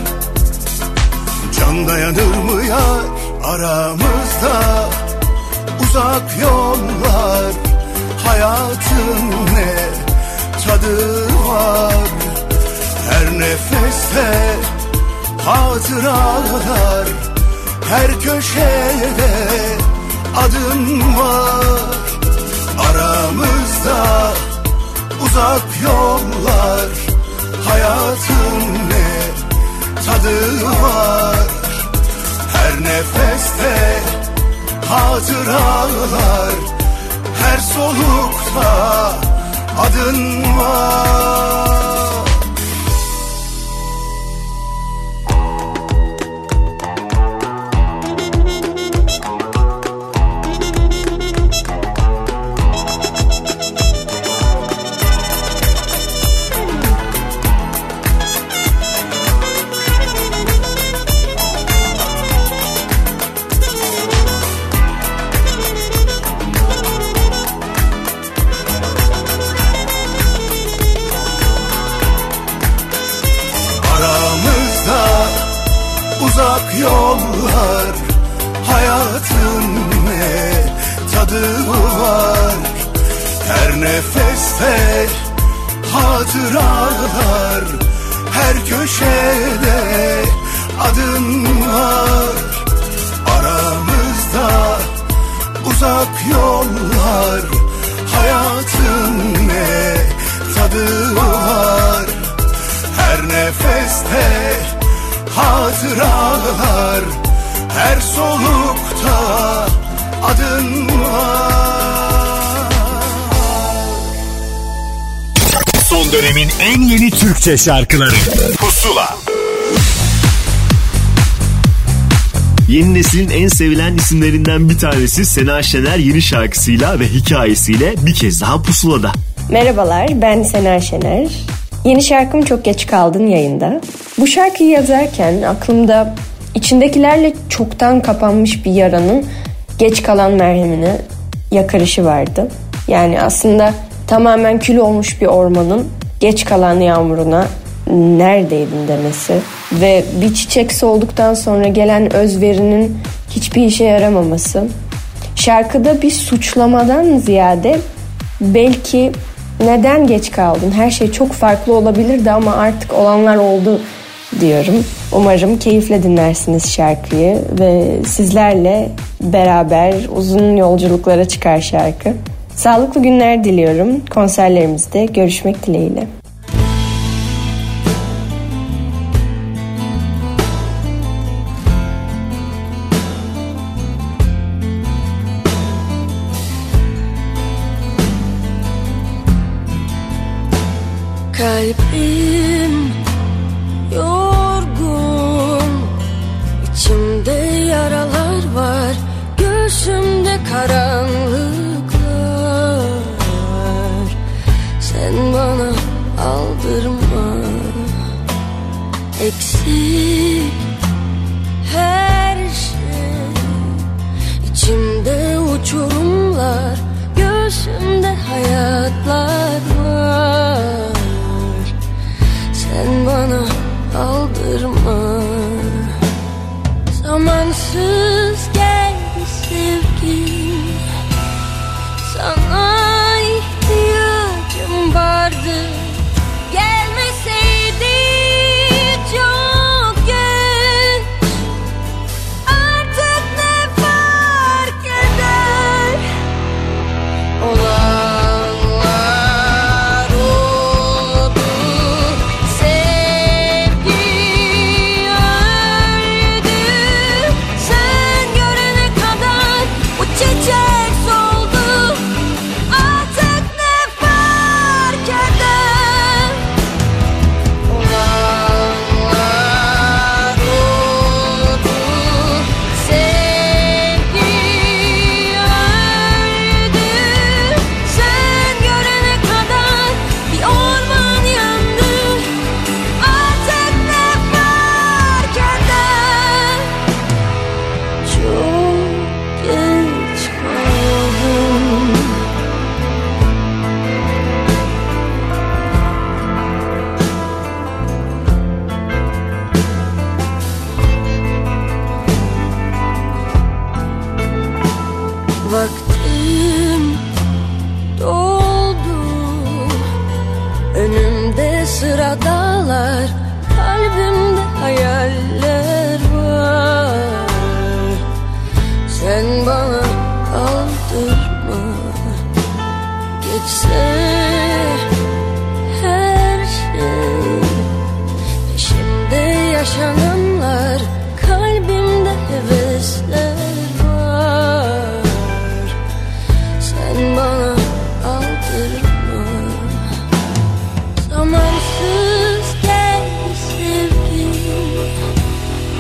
can dayanır mı yar? Aramızda uzak yollar, hayatın ne tadı var? Her nefeste hatıralar, her köşede adın var. Aramızda uzak yollar, hayatın ne tadı var? Her nefeste hatıralar, her solukta adın var. Uzak yollar, hayatın tadı var. Her nefeste hatıralar, her köşede adın var. Aramızda uzak yollar, hayatın ne tadı var. Her nefeste hatıralar, her solukta adın var. Son dönemin en yeni Türkçe şarkıları Pusula. Yeni neslin en sevilen isimlerinden bir tanesi Sena Şener yeni şarkısıyla ve hikayesiyle bir kez daha Pusula'da. Merhabalar, ben Sena Şener. Yeni şarkım Çok Geç Kaldın yayında. Bu şarkıyı yazarken aklımda içindekilerle çoktan kapanmış bir yaranın geç kalan merhemine yakarışı vardı. Yani aslında tamamen kül olmuş bir ormanın geç kalan yağmuruna neredeydin demesi ve bir çiçek solduktan sonra gelen özverinin hiçbir işe yaramaması. Şarkıda bir suçlamadan ziyade belki neden geç kaldın, her şey çok farklı olabilirdi ama artık olanlar oldu diyorum. Umarım keyifle dinlersiniz şarkıyı ve sizlerle beraber uzun yolculuklara çıkar şarkı. Sağlıklı günler diliyorum. Konserlerimizde görüşmek dileğiyle. Kalbim yorgun, içimde yaralar var, göğsümde karanlıklar. Sen bana aldırma, eksik her şey. İçimde uçurumlar, göğsümde hayatlar var. Sen bana aldırma. Zamansız geldi sevgim, sana ihtiyacım vardı. Gelmeseydi çok geç, artık ne fark eder? Olanlar oldu, sevgi öldü. Sen görene kadar bu çiçek soldu. Artık ne fark eder? Olanlar oldu, sevgi öldü. Sen görene kadar bir orman yandı. Artık ne fark eder? Çok geç kaldım. Vaktim doldu, önümde sıradalar, kalbimde hayaller var. Sen bana aldırma, geçse her şey. Peşimde yaşananlar, kalbimde hevesler var. Sen bana aldırma. Zamansız geldi sevgim,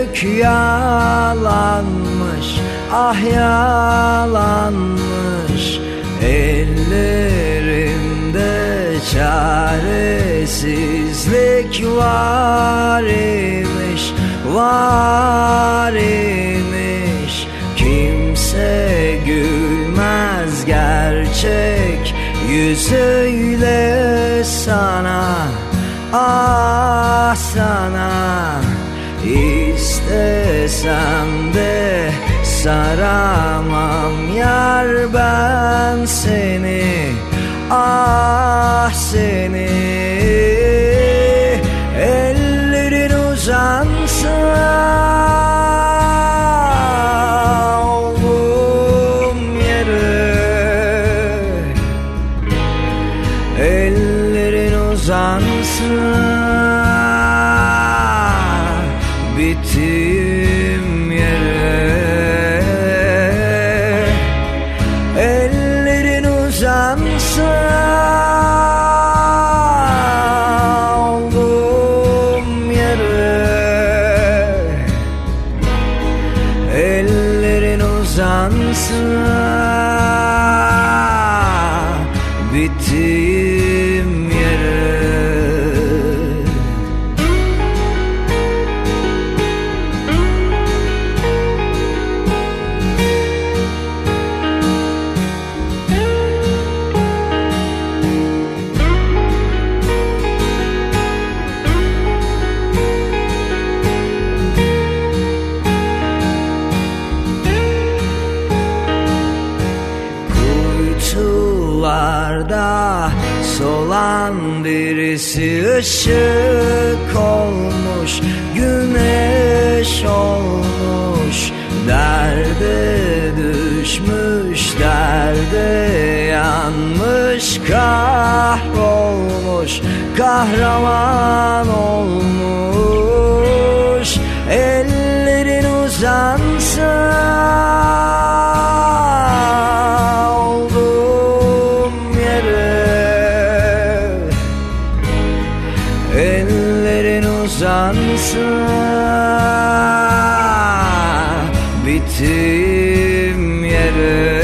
Büyük yalanmış, ah yalanmış. Ellerimde çaresizlik var imiş, var imiş. Kimse gülmez gerçek yüzüyle sana, ah sana. İstesem de saramam yar ben seni, ah seni. Ellerin uzansın olduğum yere, ellerin uzansın bittiğim yere, ellerin uzansın olduğum yere, ellerin uzansın bittiğim yere. Kuytularda solan birisi ışık olmuş, güneş olmuş. Derde düşmüş, derde yanmış, kahrolmuş, kahraman olmuş. Ellerin uzansın olduğum yere, ellerin uzansın bittiğim yere,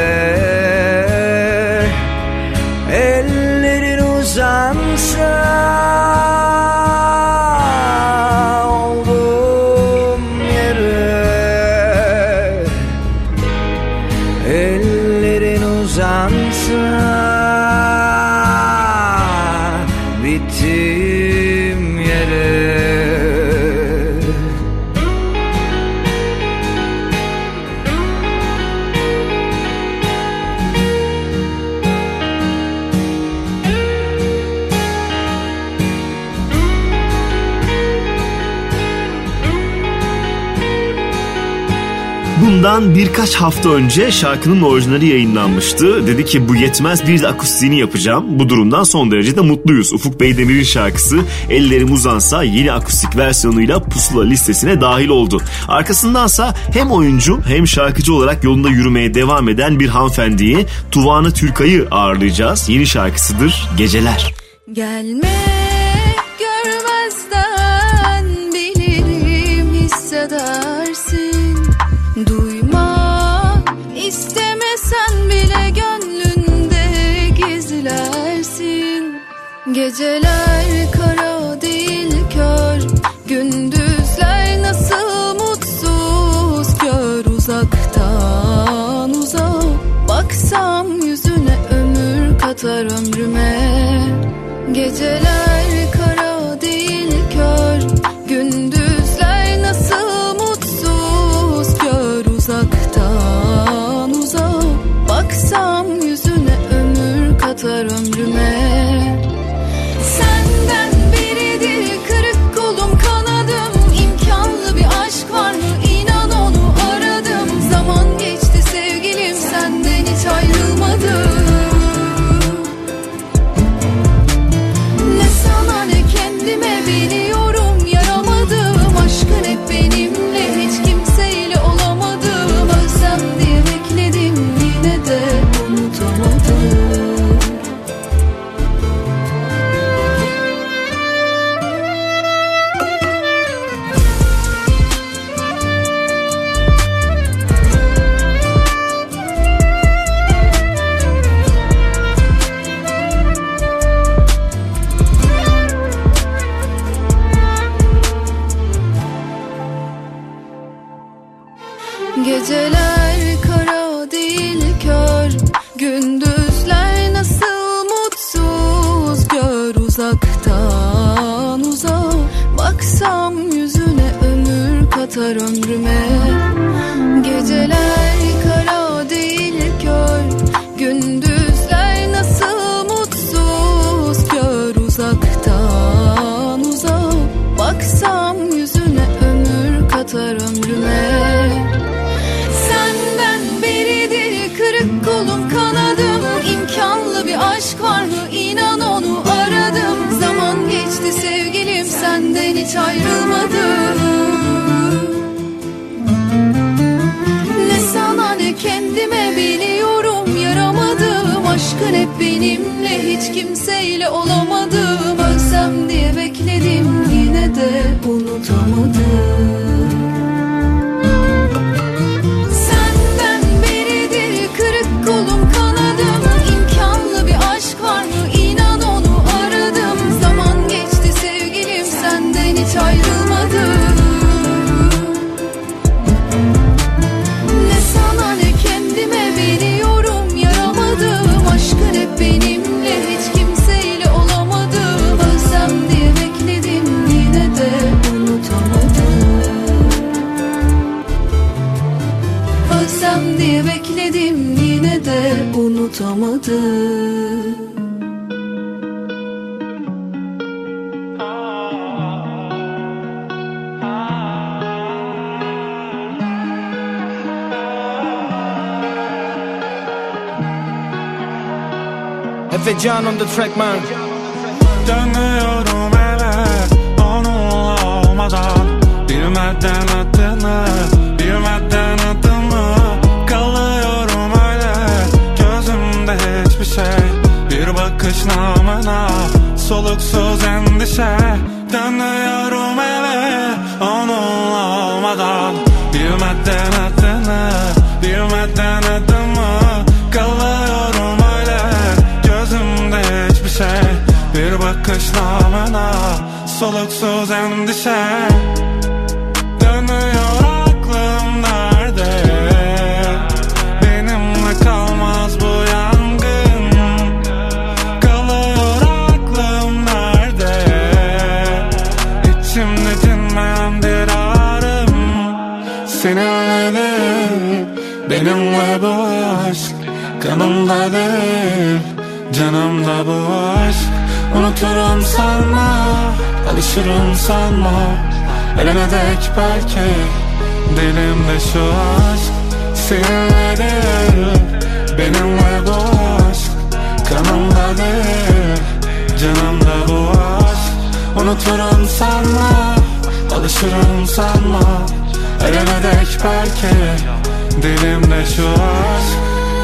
ellerin uzansın olduğum yere, ellerin uzansın bittiğim yere. Bundan birkaç hafta önce şarkının orijinali yayınlanmıştı. Dedi ki bu yetmez, bir de akustiğini yapacağım. Bu durumdan son derece de mutluyuz. Ufuk Beydemir'in şarkısı Ellerim Uzansa yeni akustik versiyonuyla Pusula listesine dahil oldu. Arkasındansa hem oyuncu hem şarkıcı olarak yolunda yürümeye devam eden bir hanımefendiyi, Tuvana Türkay'ı ağırlayacağız. Yeni şarkısıdır Geceler. Gelme görmezden bilirim hissedersin. Duyma istemesen bile gönlünde gizlersin. Geceler kara değil kör, gündüzler nasıl mutsuz kör. Uzaktan uzak baksam yüzüne ömür katar ömrüme. Geceler kara değil kör, gündüzler nasıl mutsuz kör. Uzaktan uzak baksam yüzüne ömür katar ömrüme. Senden biridir kırık kolum kanadım, imkanlı bir aşk var mı inan onu aradım. Zaman geçti sevgilim senden hiç ayrılmadım. Ne sana ne Geceler kara değil kör, gündüzler nasıl mutsuz. Gör uzaktan uzağa, baksam yüzüne ömür katar ömrüme. Geceler kara değil kör, gündüzler nasıl mutsuz. Gör uzaktan uzağa, baksam yüzüne ömür katar ömrüme. Senden beridir kırık kolum kanadım, imkanlı bir aşk var mı inan onu aradım. Zaman geçti sevgilim, senden hiç ayrılmadım. Ne sana ne kendime biliyorum yaramadım. Aşkın hep benimle, hiç kimseyle olamadım. Ölsem diye bekledim, yine de unutamadım. Senden beridir kırık kolum kanadım, imkanlı bir aşk var mı inan onu aradım. Zaman geçti sevgilim, senden hiç ayrılmadım. Ne sana ne kendime biliyorum yaramadım. Aşkın hep benimle, hiç kimseyle olamadım. Ölsem diye bekledim, yine de unutamadım. Ölsem diye bekledim, yine de unutamadım. Efe Can on the track man. Dönüyorum eve onunla olmadan, bilmeden adını, bilmeden adımı. Kalıyorum öyle gözümde hiçbir şey, bir bakış namına soluksuz endişe. Dönüyorum eve onunla olmadan, bilmeden adını, bilmeden adımı. Kalıyorum öyle gözümde hiçbir şey, bir bakış namına soluksuz endişe. Dönüyor aklım nerede, benimle kalmaz bu yangın. Kalıyor aklım nerede, içimde dinmeyen bir ağrım. Seninle değil, benimle bu aşk, kanımda değil, canımda bu aşk. Unuturum sanma, alışırım sanma, ölene dek belki dilimde şu aşk. Seninle değil, benimle bu aşk, kanımda değil, canımda bu aşk. Unuturum sanma, alışırım sanma, ölene dek belki dilimde şu aşk.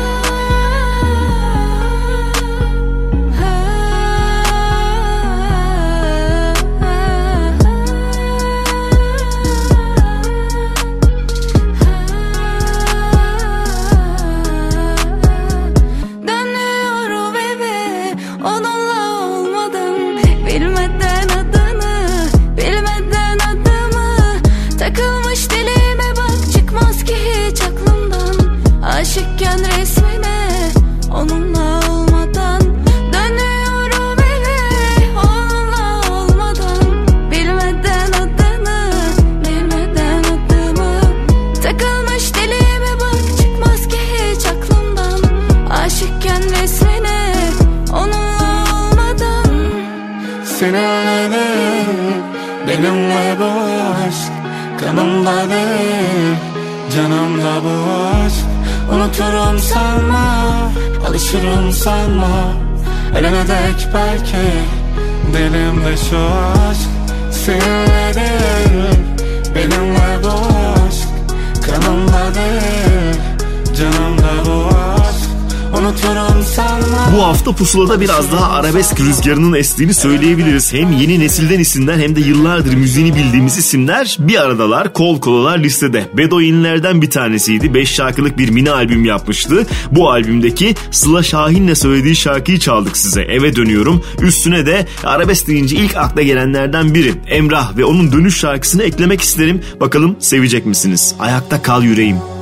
Aşıkken resmine onunla olmadan, dönüyorum eve onunla olmadan. Bilmeden adını, bilmeden adımı, takılmış dilime bak çıkmaz ki hiç aklımdan. Aşıkken resmine onunla olmadan. Seninle değil, benimle bu aşk, kanımda değil, canımda bu aşk. Unuturum sanma, alışırım sanma, ölene dek belki dilimde şu aşk. Seninle değil, benimle bu aşk, kanımda değil, canımda bu aşk. Unuturum sanma. Bu hafta Pusula'da biraz daha arabesk rüzgarının estiğini söyleyebiliriz. Hem yeni nesilden isimler hem de yıllardır müziğini bildiğimiz isimler bir aradalar, kol kolalar listede. Bedoyinlerden bir tanesiydi. beş şarkılık bir mini albüm yapmıştı. Bu albümdeki Sıla Şahin'le söylediği şarkıyı çaldık size. Eve dönüyorum. Üstüne de arabesk deyince ilk akla gelenlerden biri Emrah ve onun dönüş şarkısını eklemek isterim. Bakalım sevecek misiniz? Ayakta kal yüreğim.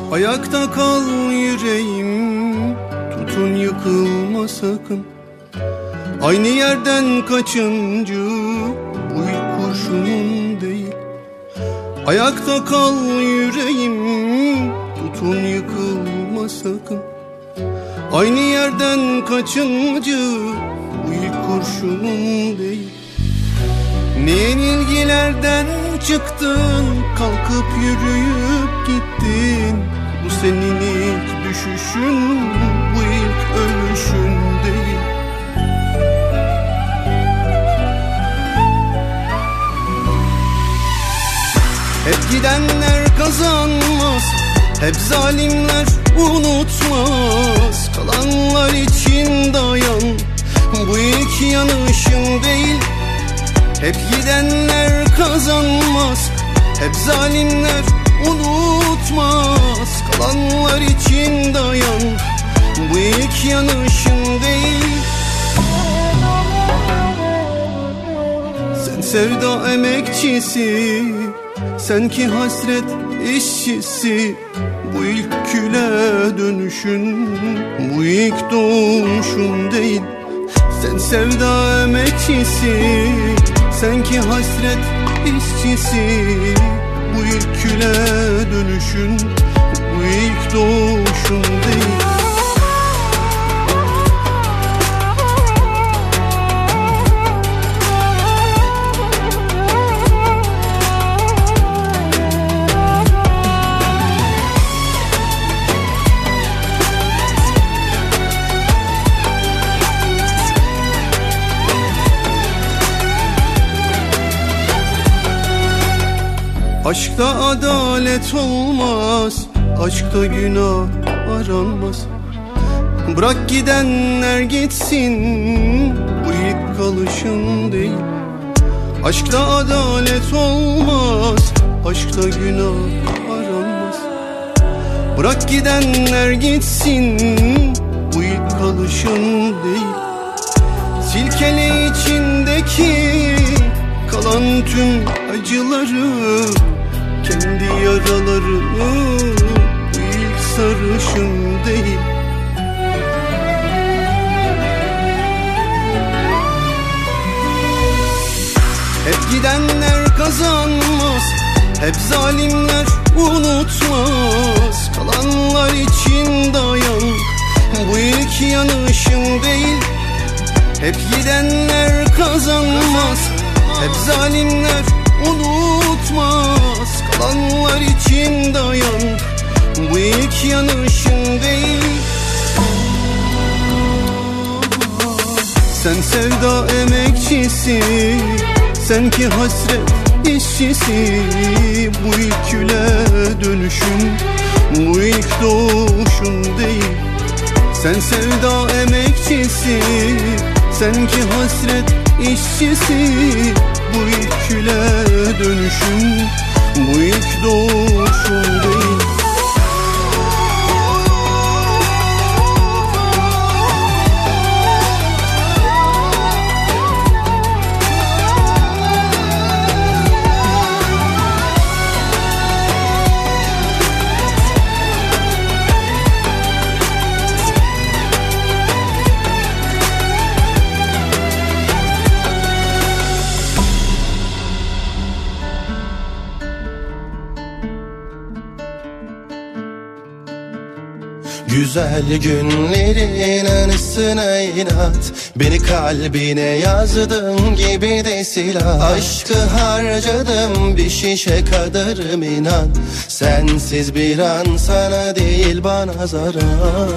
Ayakta kal yüreğim, tutun yıkılma sakın. Aynı yerden kaçıncı, bu ilk kurşunun değil. Ayakta kal yüreğim, tutun yıkılma sakın. Aynı yerden kaçıncı, bu ilk kurşunun değil. Ne yenilgilerden çıktın, kalkıp yürüyüp gittin. Bu senin ilk düşüşün, bu ilk ölüşün değil. Hep gidenler kazanmaz, hep zalimler unutmaz. Kalanlar için dayan, bu ilk yanışın değil. Hep gidenler kazanmaz, hep zalimler unutmaz. Kalanlar için dayan, bu ilk yanışın değil. Sen sevda emekçisi, sen ki hasret işçisi. Bu ilk küle dönüşün, bu ilk doğuşun değil. Sen sevda emekçisi, sen ki hasret işçisi. Bu ilk küle dönüşün, bu ilk doğuşun değil. Aşkta adalet olmaz, aşkta günah aranmaz. Bırak gidenler gitsin, bu ilk kalışın değil. Aşkta adalet olmaz, aşkta günah aranmaz. Bırak gidenler gitsin, bu ilk kalışın değil. Silkele içindeki kalan tüm acıları, kendi yaralarını, bu ilk sarışın değil. Hep gidenler kazanmaz, hep zalimler unutmaz. Kalanlar için dayan, bu ilk yanışın değil. Hep gidenler kazanmaz, hep zalimler unutmaz. Kalanlar için dayan, bu ilk yanışın değil. Sen sevda emekçisi, sen ki hasret işçisi. Bu ilk küle dönüşün, bu ilk doğuşun değil. Sen sevda emekçisi, sen ki hasret işçisi. Bu ilk küle dönüşün, bu ilk doğuşun değil. Güzel günlerin anısına inat, beni kalbine yazdım gibi de silah. Aşkı harcadım bir şişe kadarım inan. Sensiz bir an sana değil bana zarar.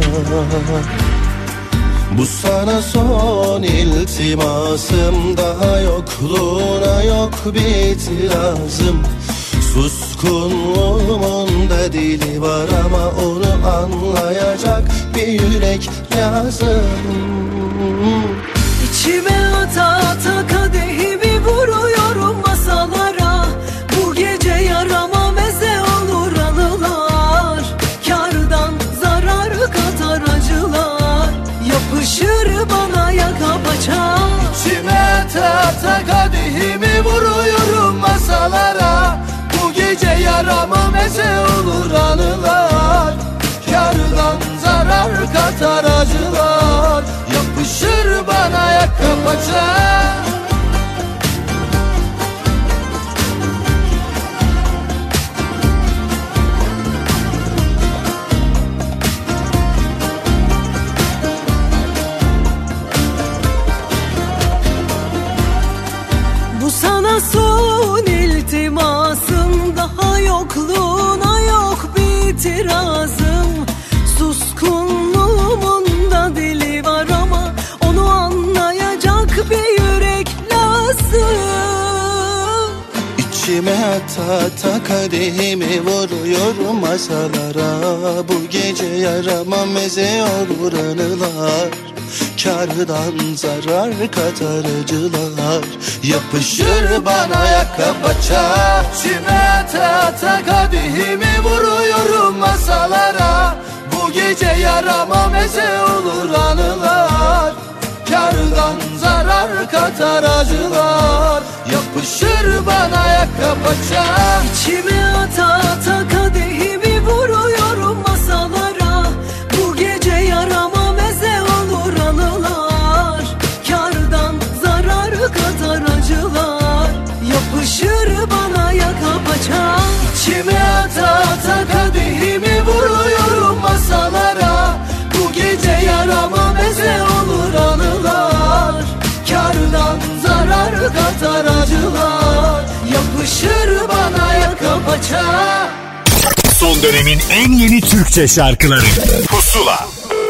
Bu sana son iltimasım, daha yokluğuna yok bir itirazım. Suskunluğumun da dili var ama onu anlayacak bir yürek lazım. İçime ata ata kadehimi vuruyorum masalara. Bu gece yarama meze olur anılar. Kârdan zarar katar acılar, yapışır bana yaka paça. İçime ata ata kadehimi vuruyorum masalara. Bu gece yarama meze olur anılar. kapacak. Bu sana son iltimasım, daha yokluğuna yok bir itirazım. Suskunluğumun da dili var ama onu anlayacak bir yürek lazım. İçime ata ata kadehimi vuruyorum masalara. Bu gece yarama meze olur anılar. Kârdan zarar katar acılar. Yapışır bana yaka paça. İçime ata ata kadehimi vuruyorum masalara. Bu gece yarama meze olur anılar. Kârdan zarar katar acılar. Yapışır bana yaka paça. İçime ata ata kadehimi vuruyorum masalara. Bu gece yarama meze olur anılar. Kârdan zarar katar acılar. Yapışır bana yaka paça. İçime ata ata kadehimi vuruyorum masalara. Bu gece yarama meze olur anılar. Kârdan zarar katar acılar. Yapışır bana yaka paça. Son dönemin en yeni Türkçe şarkıları Pusula.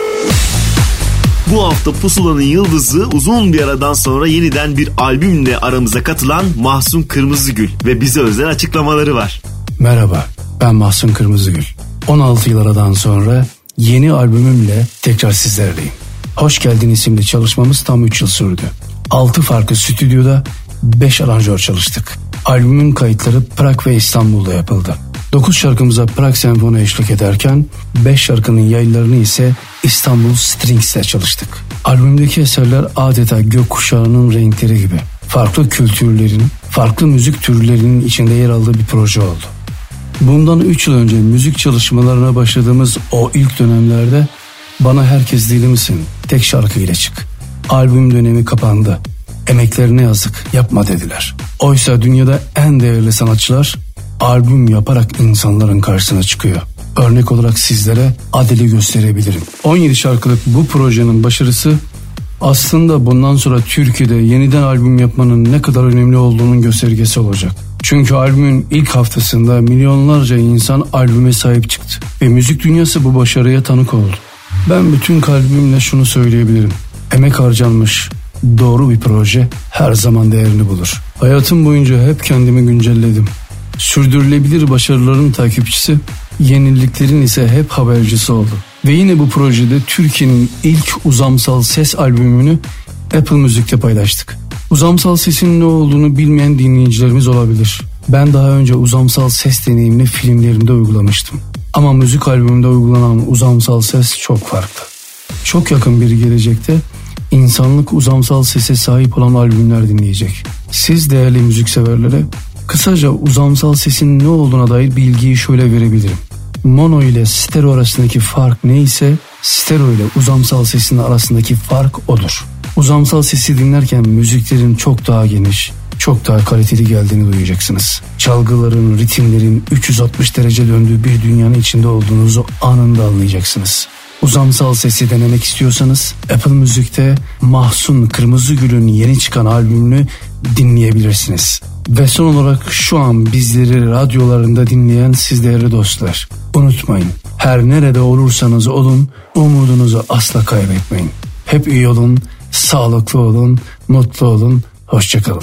Bu hafta Pusula'nın yıldızı uzun bir aradan sonra yeniden bir albümle aramıza katılan Mahsun Kırmızıgül ve bize özel açıklamaları var. Merhaba, ben Mahsun Kırmızıgül. on altı yıl aradan sonra yeni albümümle tekrar sizlerleyim. Hoş Geldin isimli çalışmamız tam üç yıl sürdü. altı farklı stüdyoda beş aranjör çalıştık. Albümün kayıtları Prag ve İstanbul'da yapıldı. dokuz şarkımıza Prag Senfoni eşlik ederken beş şarkının yayınlarını ise İstanbul Strings'te çalıştık. Albümdeki eserler adeta gökkuşağının renkleri gibi. Farklı kültürlerin, farklı müzik türlerinin içinde yer aldığı bir proje oldu. Bundan üç yıl önce müzik çalışmalarına başladığımız o ilk dönemlerde bana herkes deli misin, tek şarkıyla çık. Albüm dönemi kapandı. Emeklerine yazık, yapma dediler. Oysa dünyada en değerli sanatçılar albüm yaparak insanların karşısına çıkıyor. Örnek olarak sizlere Adele'i gösterebilirim. on yedi şarkılık bu projenin başarısı aslında bundan sonra Türkiye'de yeniden albüm yapmanın ne kadar önemli olduğunun göstergesi olacak. Çünkü albümün ilk haftasında milyonlarca insan albüme sahip çıktı ve müzik dünyası bu başarıya tanık oldu. Ben bütün kalbimle şunu söyleyebilirim. Emek harcanmış, doğru bir proje her zaman değerini bulur. Hayatım boyunca hep kendimi güncelledim. Sürdürülebilir başarıların takipçisi, yeniliklerin ise hep habercisi oldu. Ve yine bu projede Türkiye'nin ilk uzamsal ses albümünü Apple Müzik'te paylaştık. Uzamsal sesin ne olduğunu bilmeyen dinleyicilerimiz olabilir. Ben daha önce uzamsal ses deneyimini filmlerimde uygulamıştım. Ama müzik albümünde uygulanan uzamsal ses çok farklı. Çok yakın bir gelecekte insanlık uzamsal sese sahip olan albümler dinleyecek. Siz değerli müzikseverlere kısaca uzamsal sesin ne olduğuna dair bilgiyi şöyle verebilirim. Mono ile stereo arasındaki fark neyse stereo ile uzamsal sesin arasındaki fark odur. Uzamsal sesi dinlerken müziklerin çok daha geniş, çok daha kaliteli geldiğini duyacaksınız. Çalgıların, ritimlerin üç yüz altmış derece döndüğü bir dünyanın içinde olduğunuzu anında anlayacaksınız. Uzamsal sesi denemek istiyorsanız Apple Müzik'te Mahsun Kırmızıgül'ün yeni çıkan albümünü dinleyebilirsiniz. Ve son olarak şu an bizleri radyolarında dinleyen siz değerli dostlar, unutmayın, her nerede olursanız olun umudunuzu asla kaybetmeyin. Hep iyi olun, sağlıklı olun, mutlu olun, hoşça kalın.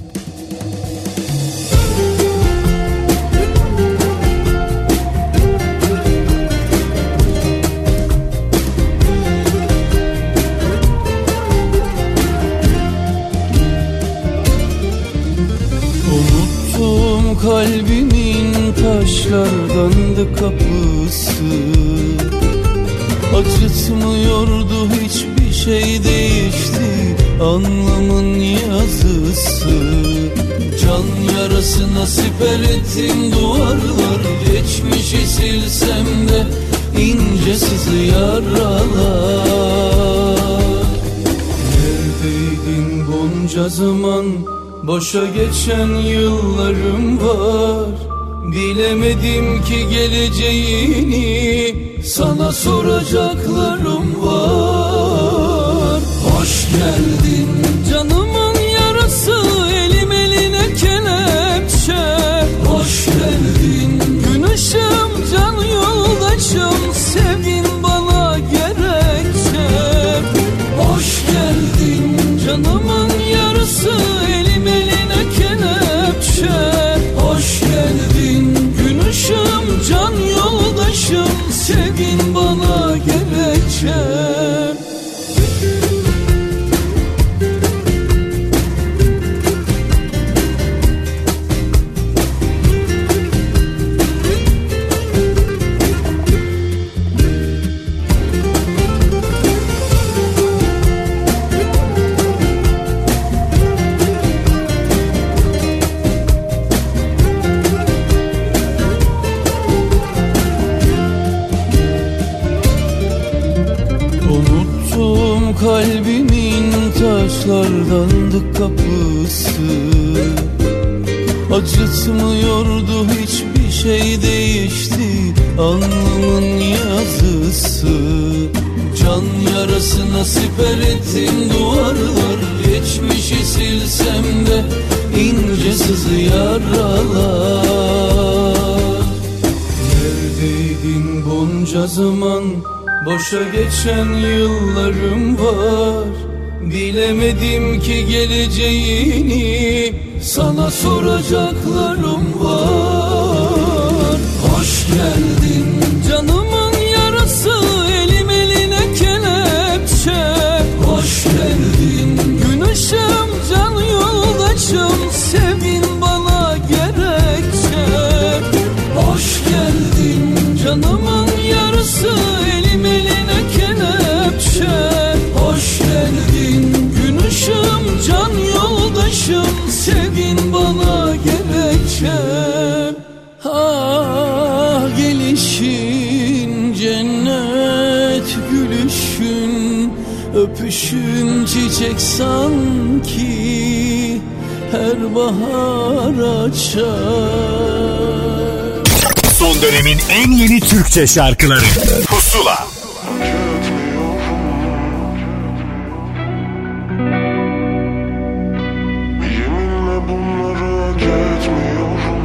Kalbimin taşlardandı kapısı, acıtmıyordu hiçbir şey değişti anlamın yazısı. Can yarasına siper ettim duvarlar, geçmişi silsem de ince sızı yaralar. Neredeydi Neredeydin bunca zaman? Boşa geçen yıllarım var. Bilemedim ki geleceğini, sana soracaklarım var. Hoş geldin canımın yarası, elim eline kelepçe. Hoş geldin gün ışığım, can yoldaşım, sevgin bana gerekçe. Hoş geldin canımın yarısı, elim eline kelepçe. Hoş geldin gün ışığım, can yoldaşım, sevgin bana gerekçe. Kalbimin taşlardandı kapısı, acıtmıyordu hiçbir şey değişti alnımın yazısı. Can yarasına siper ettim duvarlar, geçmişi silsem de ince sızı yaralar. Neredeydin bunca zaman? Boşa geçen yıllarım var. Bilemedim ki geleceğini, sana soracaklarım var. Hoş geldin canımın yarası, elim eline kelepçe. Hoş geldin gün ışığım, can yoldaşım, sevgin bana gerekçe. Hoş geldin canımın yarısı, elim eline kelepçe. Hoş geldin gün ışığım, can yoldaşım, sevgin bana gerekçe. Ah gelişin cennet, gülüşün, öpüşün çiçek sanki her bahar açar. Son dönemin en yeni Türkçe şarkıları Pusula. Yeminle bunları hak etmiyorum.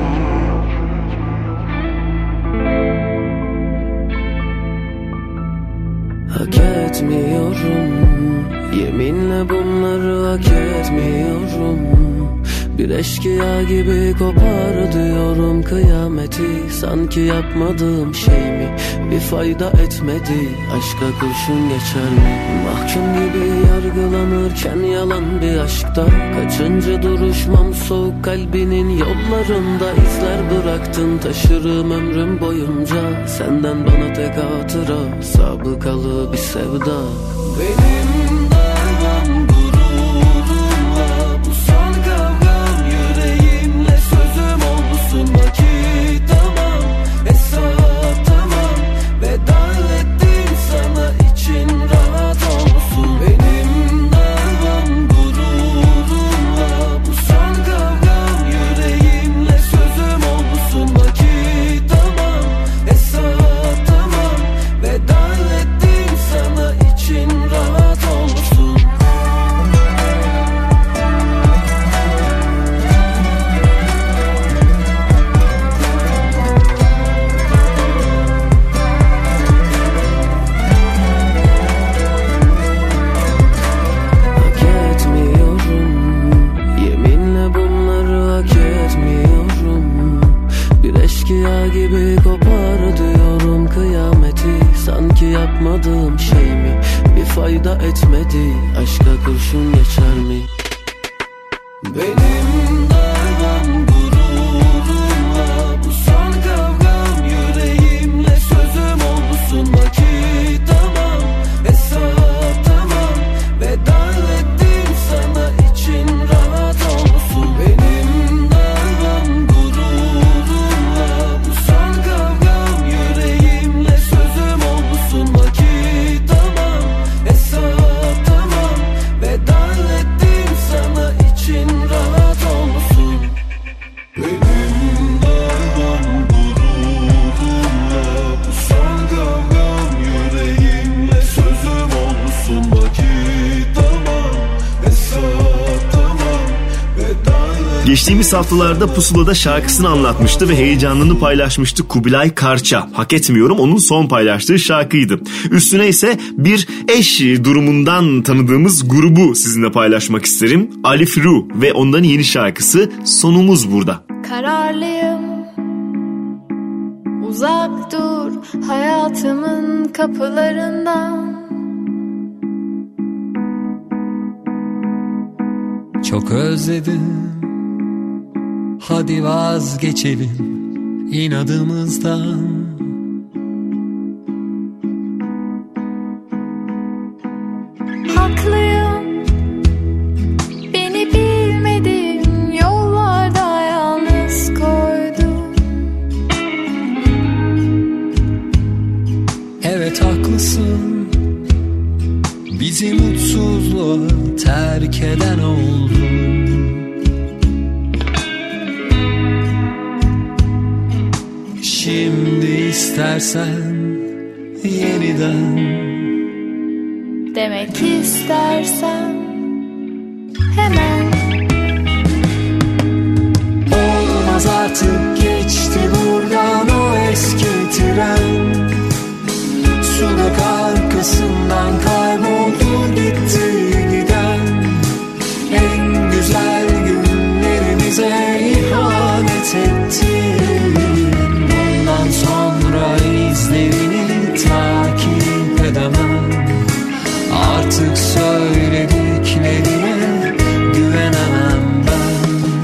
Hak etmiyorum. Yeminle bunları hak etmiyorum. Bir eşkıya gibi kopar diyorum kıyameti. Sanki yapmadığım şey mi bir fayda etmedi? Aşka kurşun geçer mi? Mahkum gibi yargılanırken yalan bir aşkta. Kaçıncı duruşmam soğuk kalbinin yollarında. İzler bıraktın taşırım ömrüm boyunca. Senden bana tek hatıra, sabıkalı bir sevda. Benim davam gururumla, bu son kavgam yüreğimle. Sözüm olsun vakit tamam, hesap tamam. Veda ettim sana, için rahat olsun. Benim davam gururumla, bu son kavgam yüreğimle. Sözüm olsun vakit tamam, hesap tamam. Veda ettim sana, için rahat olsun. Hak etmiyorum. Yeminle bunları hak etmiyorum. Bir eşkıya gibi kopar diyorum kıyameti. Sanki yapmadığım şey mi bir fayda etmedi? Aşka kurşun geçer mi? Benim davam gururumla, bu son kavgam yüreğimle. Sözüm olsun vakit tamam, hesap tamam. Veda ettim sana, için rahat olsun. Benim davam gururumla, bu son kavgam yüreğimle. Sözüm olsun vakit tamam, hesap tamam. Veda ettim Geçtiğimiz haftalarda Pusula'da şarkısını anlatmıştı ve heyecanını paylaşmıştı Kubilay Karça. Hak etmiyorum onun son paylaştığı şarkıydı. Üstüne ise bir eş durumundan tanıdığımız grubu sizinle paylaşmak isterim. Alif Ru ve onların yeni şarkısı Sonumuz Burada. Kararlıyım, uzak dur hayatımın kapılarından. Çok özledim, hadi vazgeçelim inadımızdan. Haklıyım, beni bilmediğim yollarda yalnız koydum. Evet haklısın, bizi mutsuzluğa terk eden oldu. Şimdi istersen yeniden Demek istersen hemen. Olmaz artık, geçti buradan o eski tren. Sunak arkasından kayboldu gitti giden. En güzel günlerimize ihanet ettin. Bundan sonra izlerini takip edemem. Artık söylediklerine güvenemem ben.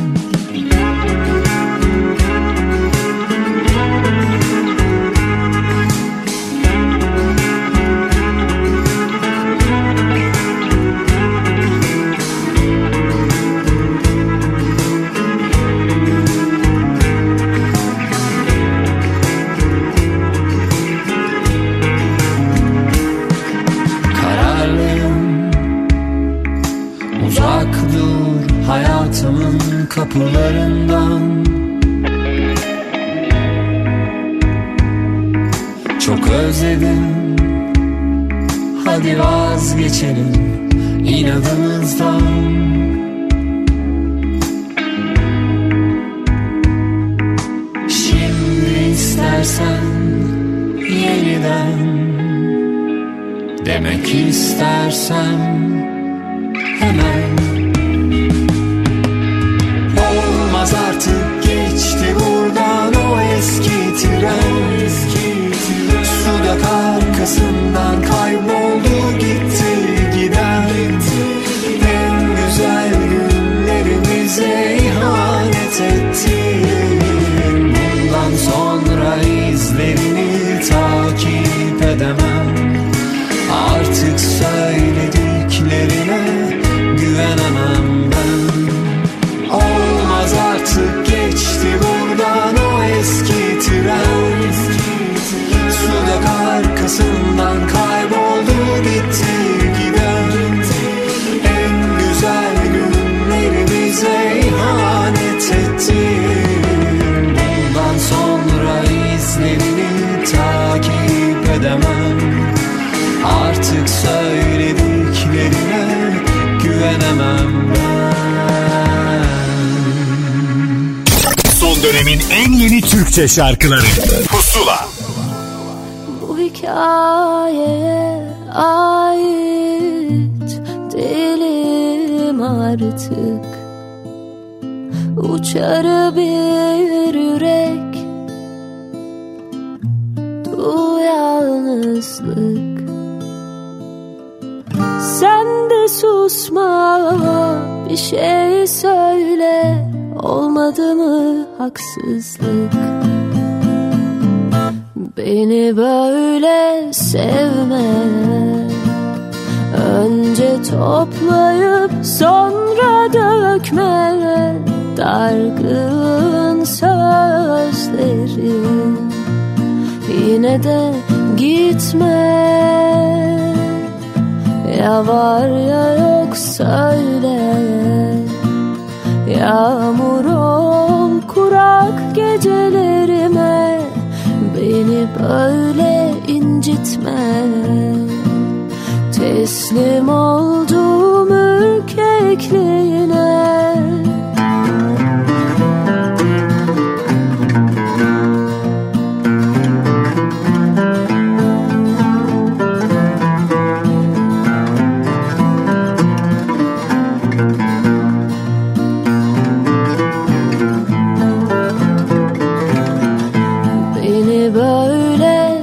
Hayatımın kapılarından. Çok özledim, hadi vazgeçelim inadımızdan. Şimdi istersen yeniden, demek istersen hemen. Olmaz artık, geçti buradan o eski tren. Sudak arkasından kayboldu gitti giden. En güzel günlerimize ihanet ettin. Bundan sonra izlerini takip edemem. Artık söylediklerine güvenemem ben. Olmaz artık, geçti buradan o eski tren. Sudak arkasından kayboldu gitti giden. En güzel günlerimize ihanet ettin. Bundan sonra izlerini takip edemem. Artık söylediklerine güvenemem ben. Son dönemin en yeni Türkçe şarkıları Pusula. Bu hikayeye ait değilim artık. Uçar bir yürek, du yalnızlık. Sen de susma, bir şey söyle. Olmadı mı haksızlık? Beni böyle sevme. Önce toplayıp sonra dökme. Dargın sözleri. Yine de gitme. Ya var ya yok söyle. Yağmur ol kurak gecelerime. Beni böyle incitme. Teslim oldum ürkekliğine.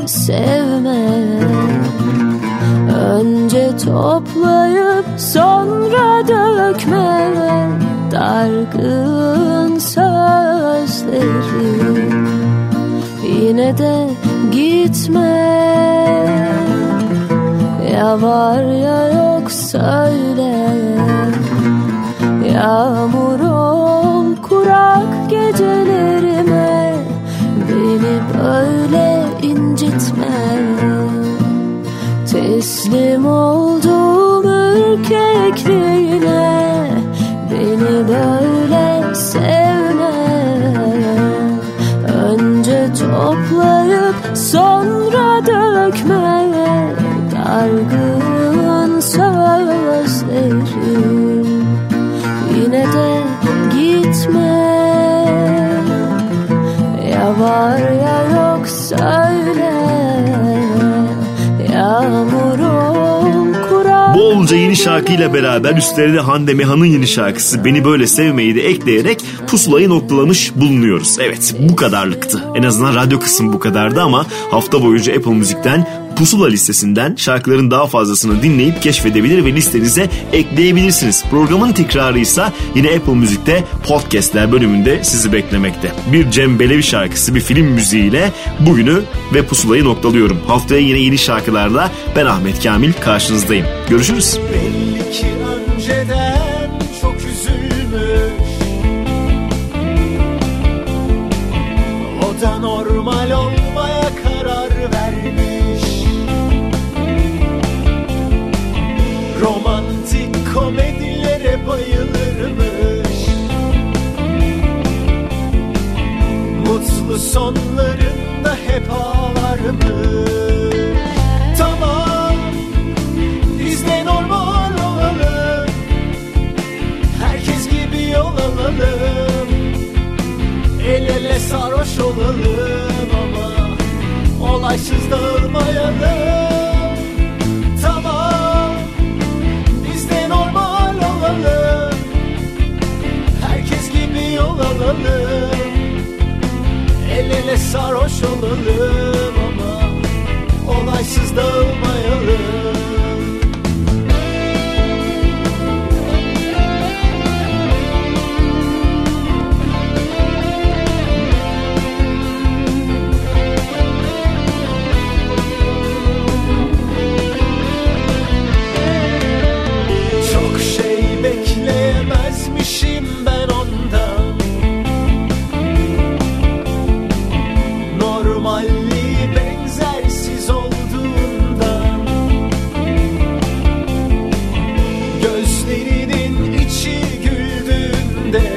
sevme. Önce toplayıp sonra dökme dargın sözleri. Yine de gitme. Ya var ya yok söyle. Yağmur ol kurak gecelerime. Beni böyle incitme. Teslim oldum ürkekliğine. Beni böyle sevme. Önce toplayıp sonra dökme dargın sözleri. Yine de gitme. Ya var ya yok söyle. Yağmur ol kurak. Bolca yeni şarkıyla beraber üstlerine de Hande Meha'nın yeni şarkısı Beni Böyle Sevmeyi de ekleyerek pusulayı noktalamış bulunuyoruz. Evet, bu kadarlıktı. En azından radyo kısmı bu kadardı ama hafta boyunca Apple Müzik'ten Pusula listesinden şarkıların daha fazlasını dinleyip keşfedebilir ve listenize ekleyebilirsiniz. Programın tekrarıysa yine Apple Müzik'te podcastler bölümünde sizi beklemekte. Bir Cem Belevi şarkısı, bir film müziğiyle bugünü ve Pusula'yı noktalıyorum. Haftaya yine yeni şarkılarla ben Ahmet Kamil karşınızdayım. Görüşürüz. Belli ki önceden çok üzülmüş. O da normal olmaya karar vermiş. Romantik komedilere bayılırmış. Mutlu sonlarında hep ağlarmış. Tamam, biz de normal olalım. Herkes gibi yol alalım. El ele sarhoş olalım ama olaysız dağılmayalım. Tamam, biz de normal olalım. Herkes gibi yol alalım. El ele sarhoş olalım ama olaysız dağılmayalım. Çok şey bekleyemezmişim ben ondan. Normalliği benzersiz olduğundan. Gözlerinin içi güldüğünde.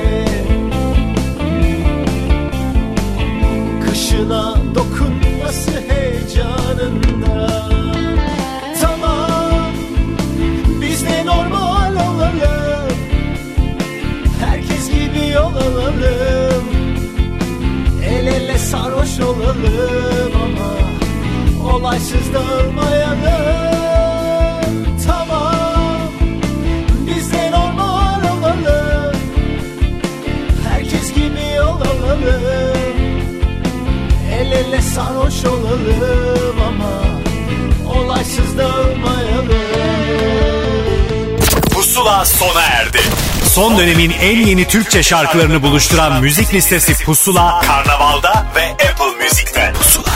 Kışına dokunması heyecanından. Tamam, biz de normal olalım. Herkes gibi yol alalım. El ele sarhoş olalım ama olaysız dağılmayalım. Tamam, biz de normal olalım. Herkes gibi yol alalım. El ele sarhoş olalım ama olaysız dağılmayalım. Pusula sona erdi. Son dönemin en yeni Türkçe şarkılarını buluşturan müzik listesi Pusula, Karnaval'da ve Apple Müzik'te. Pusula.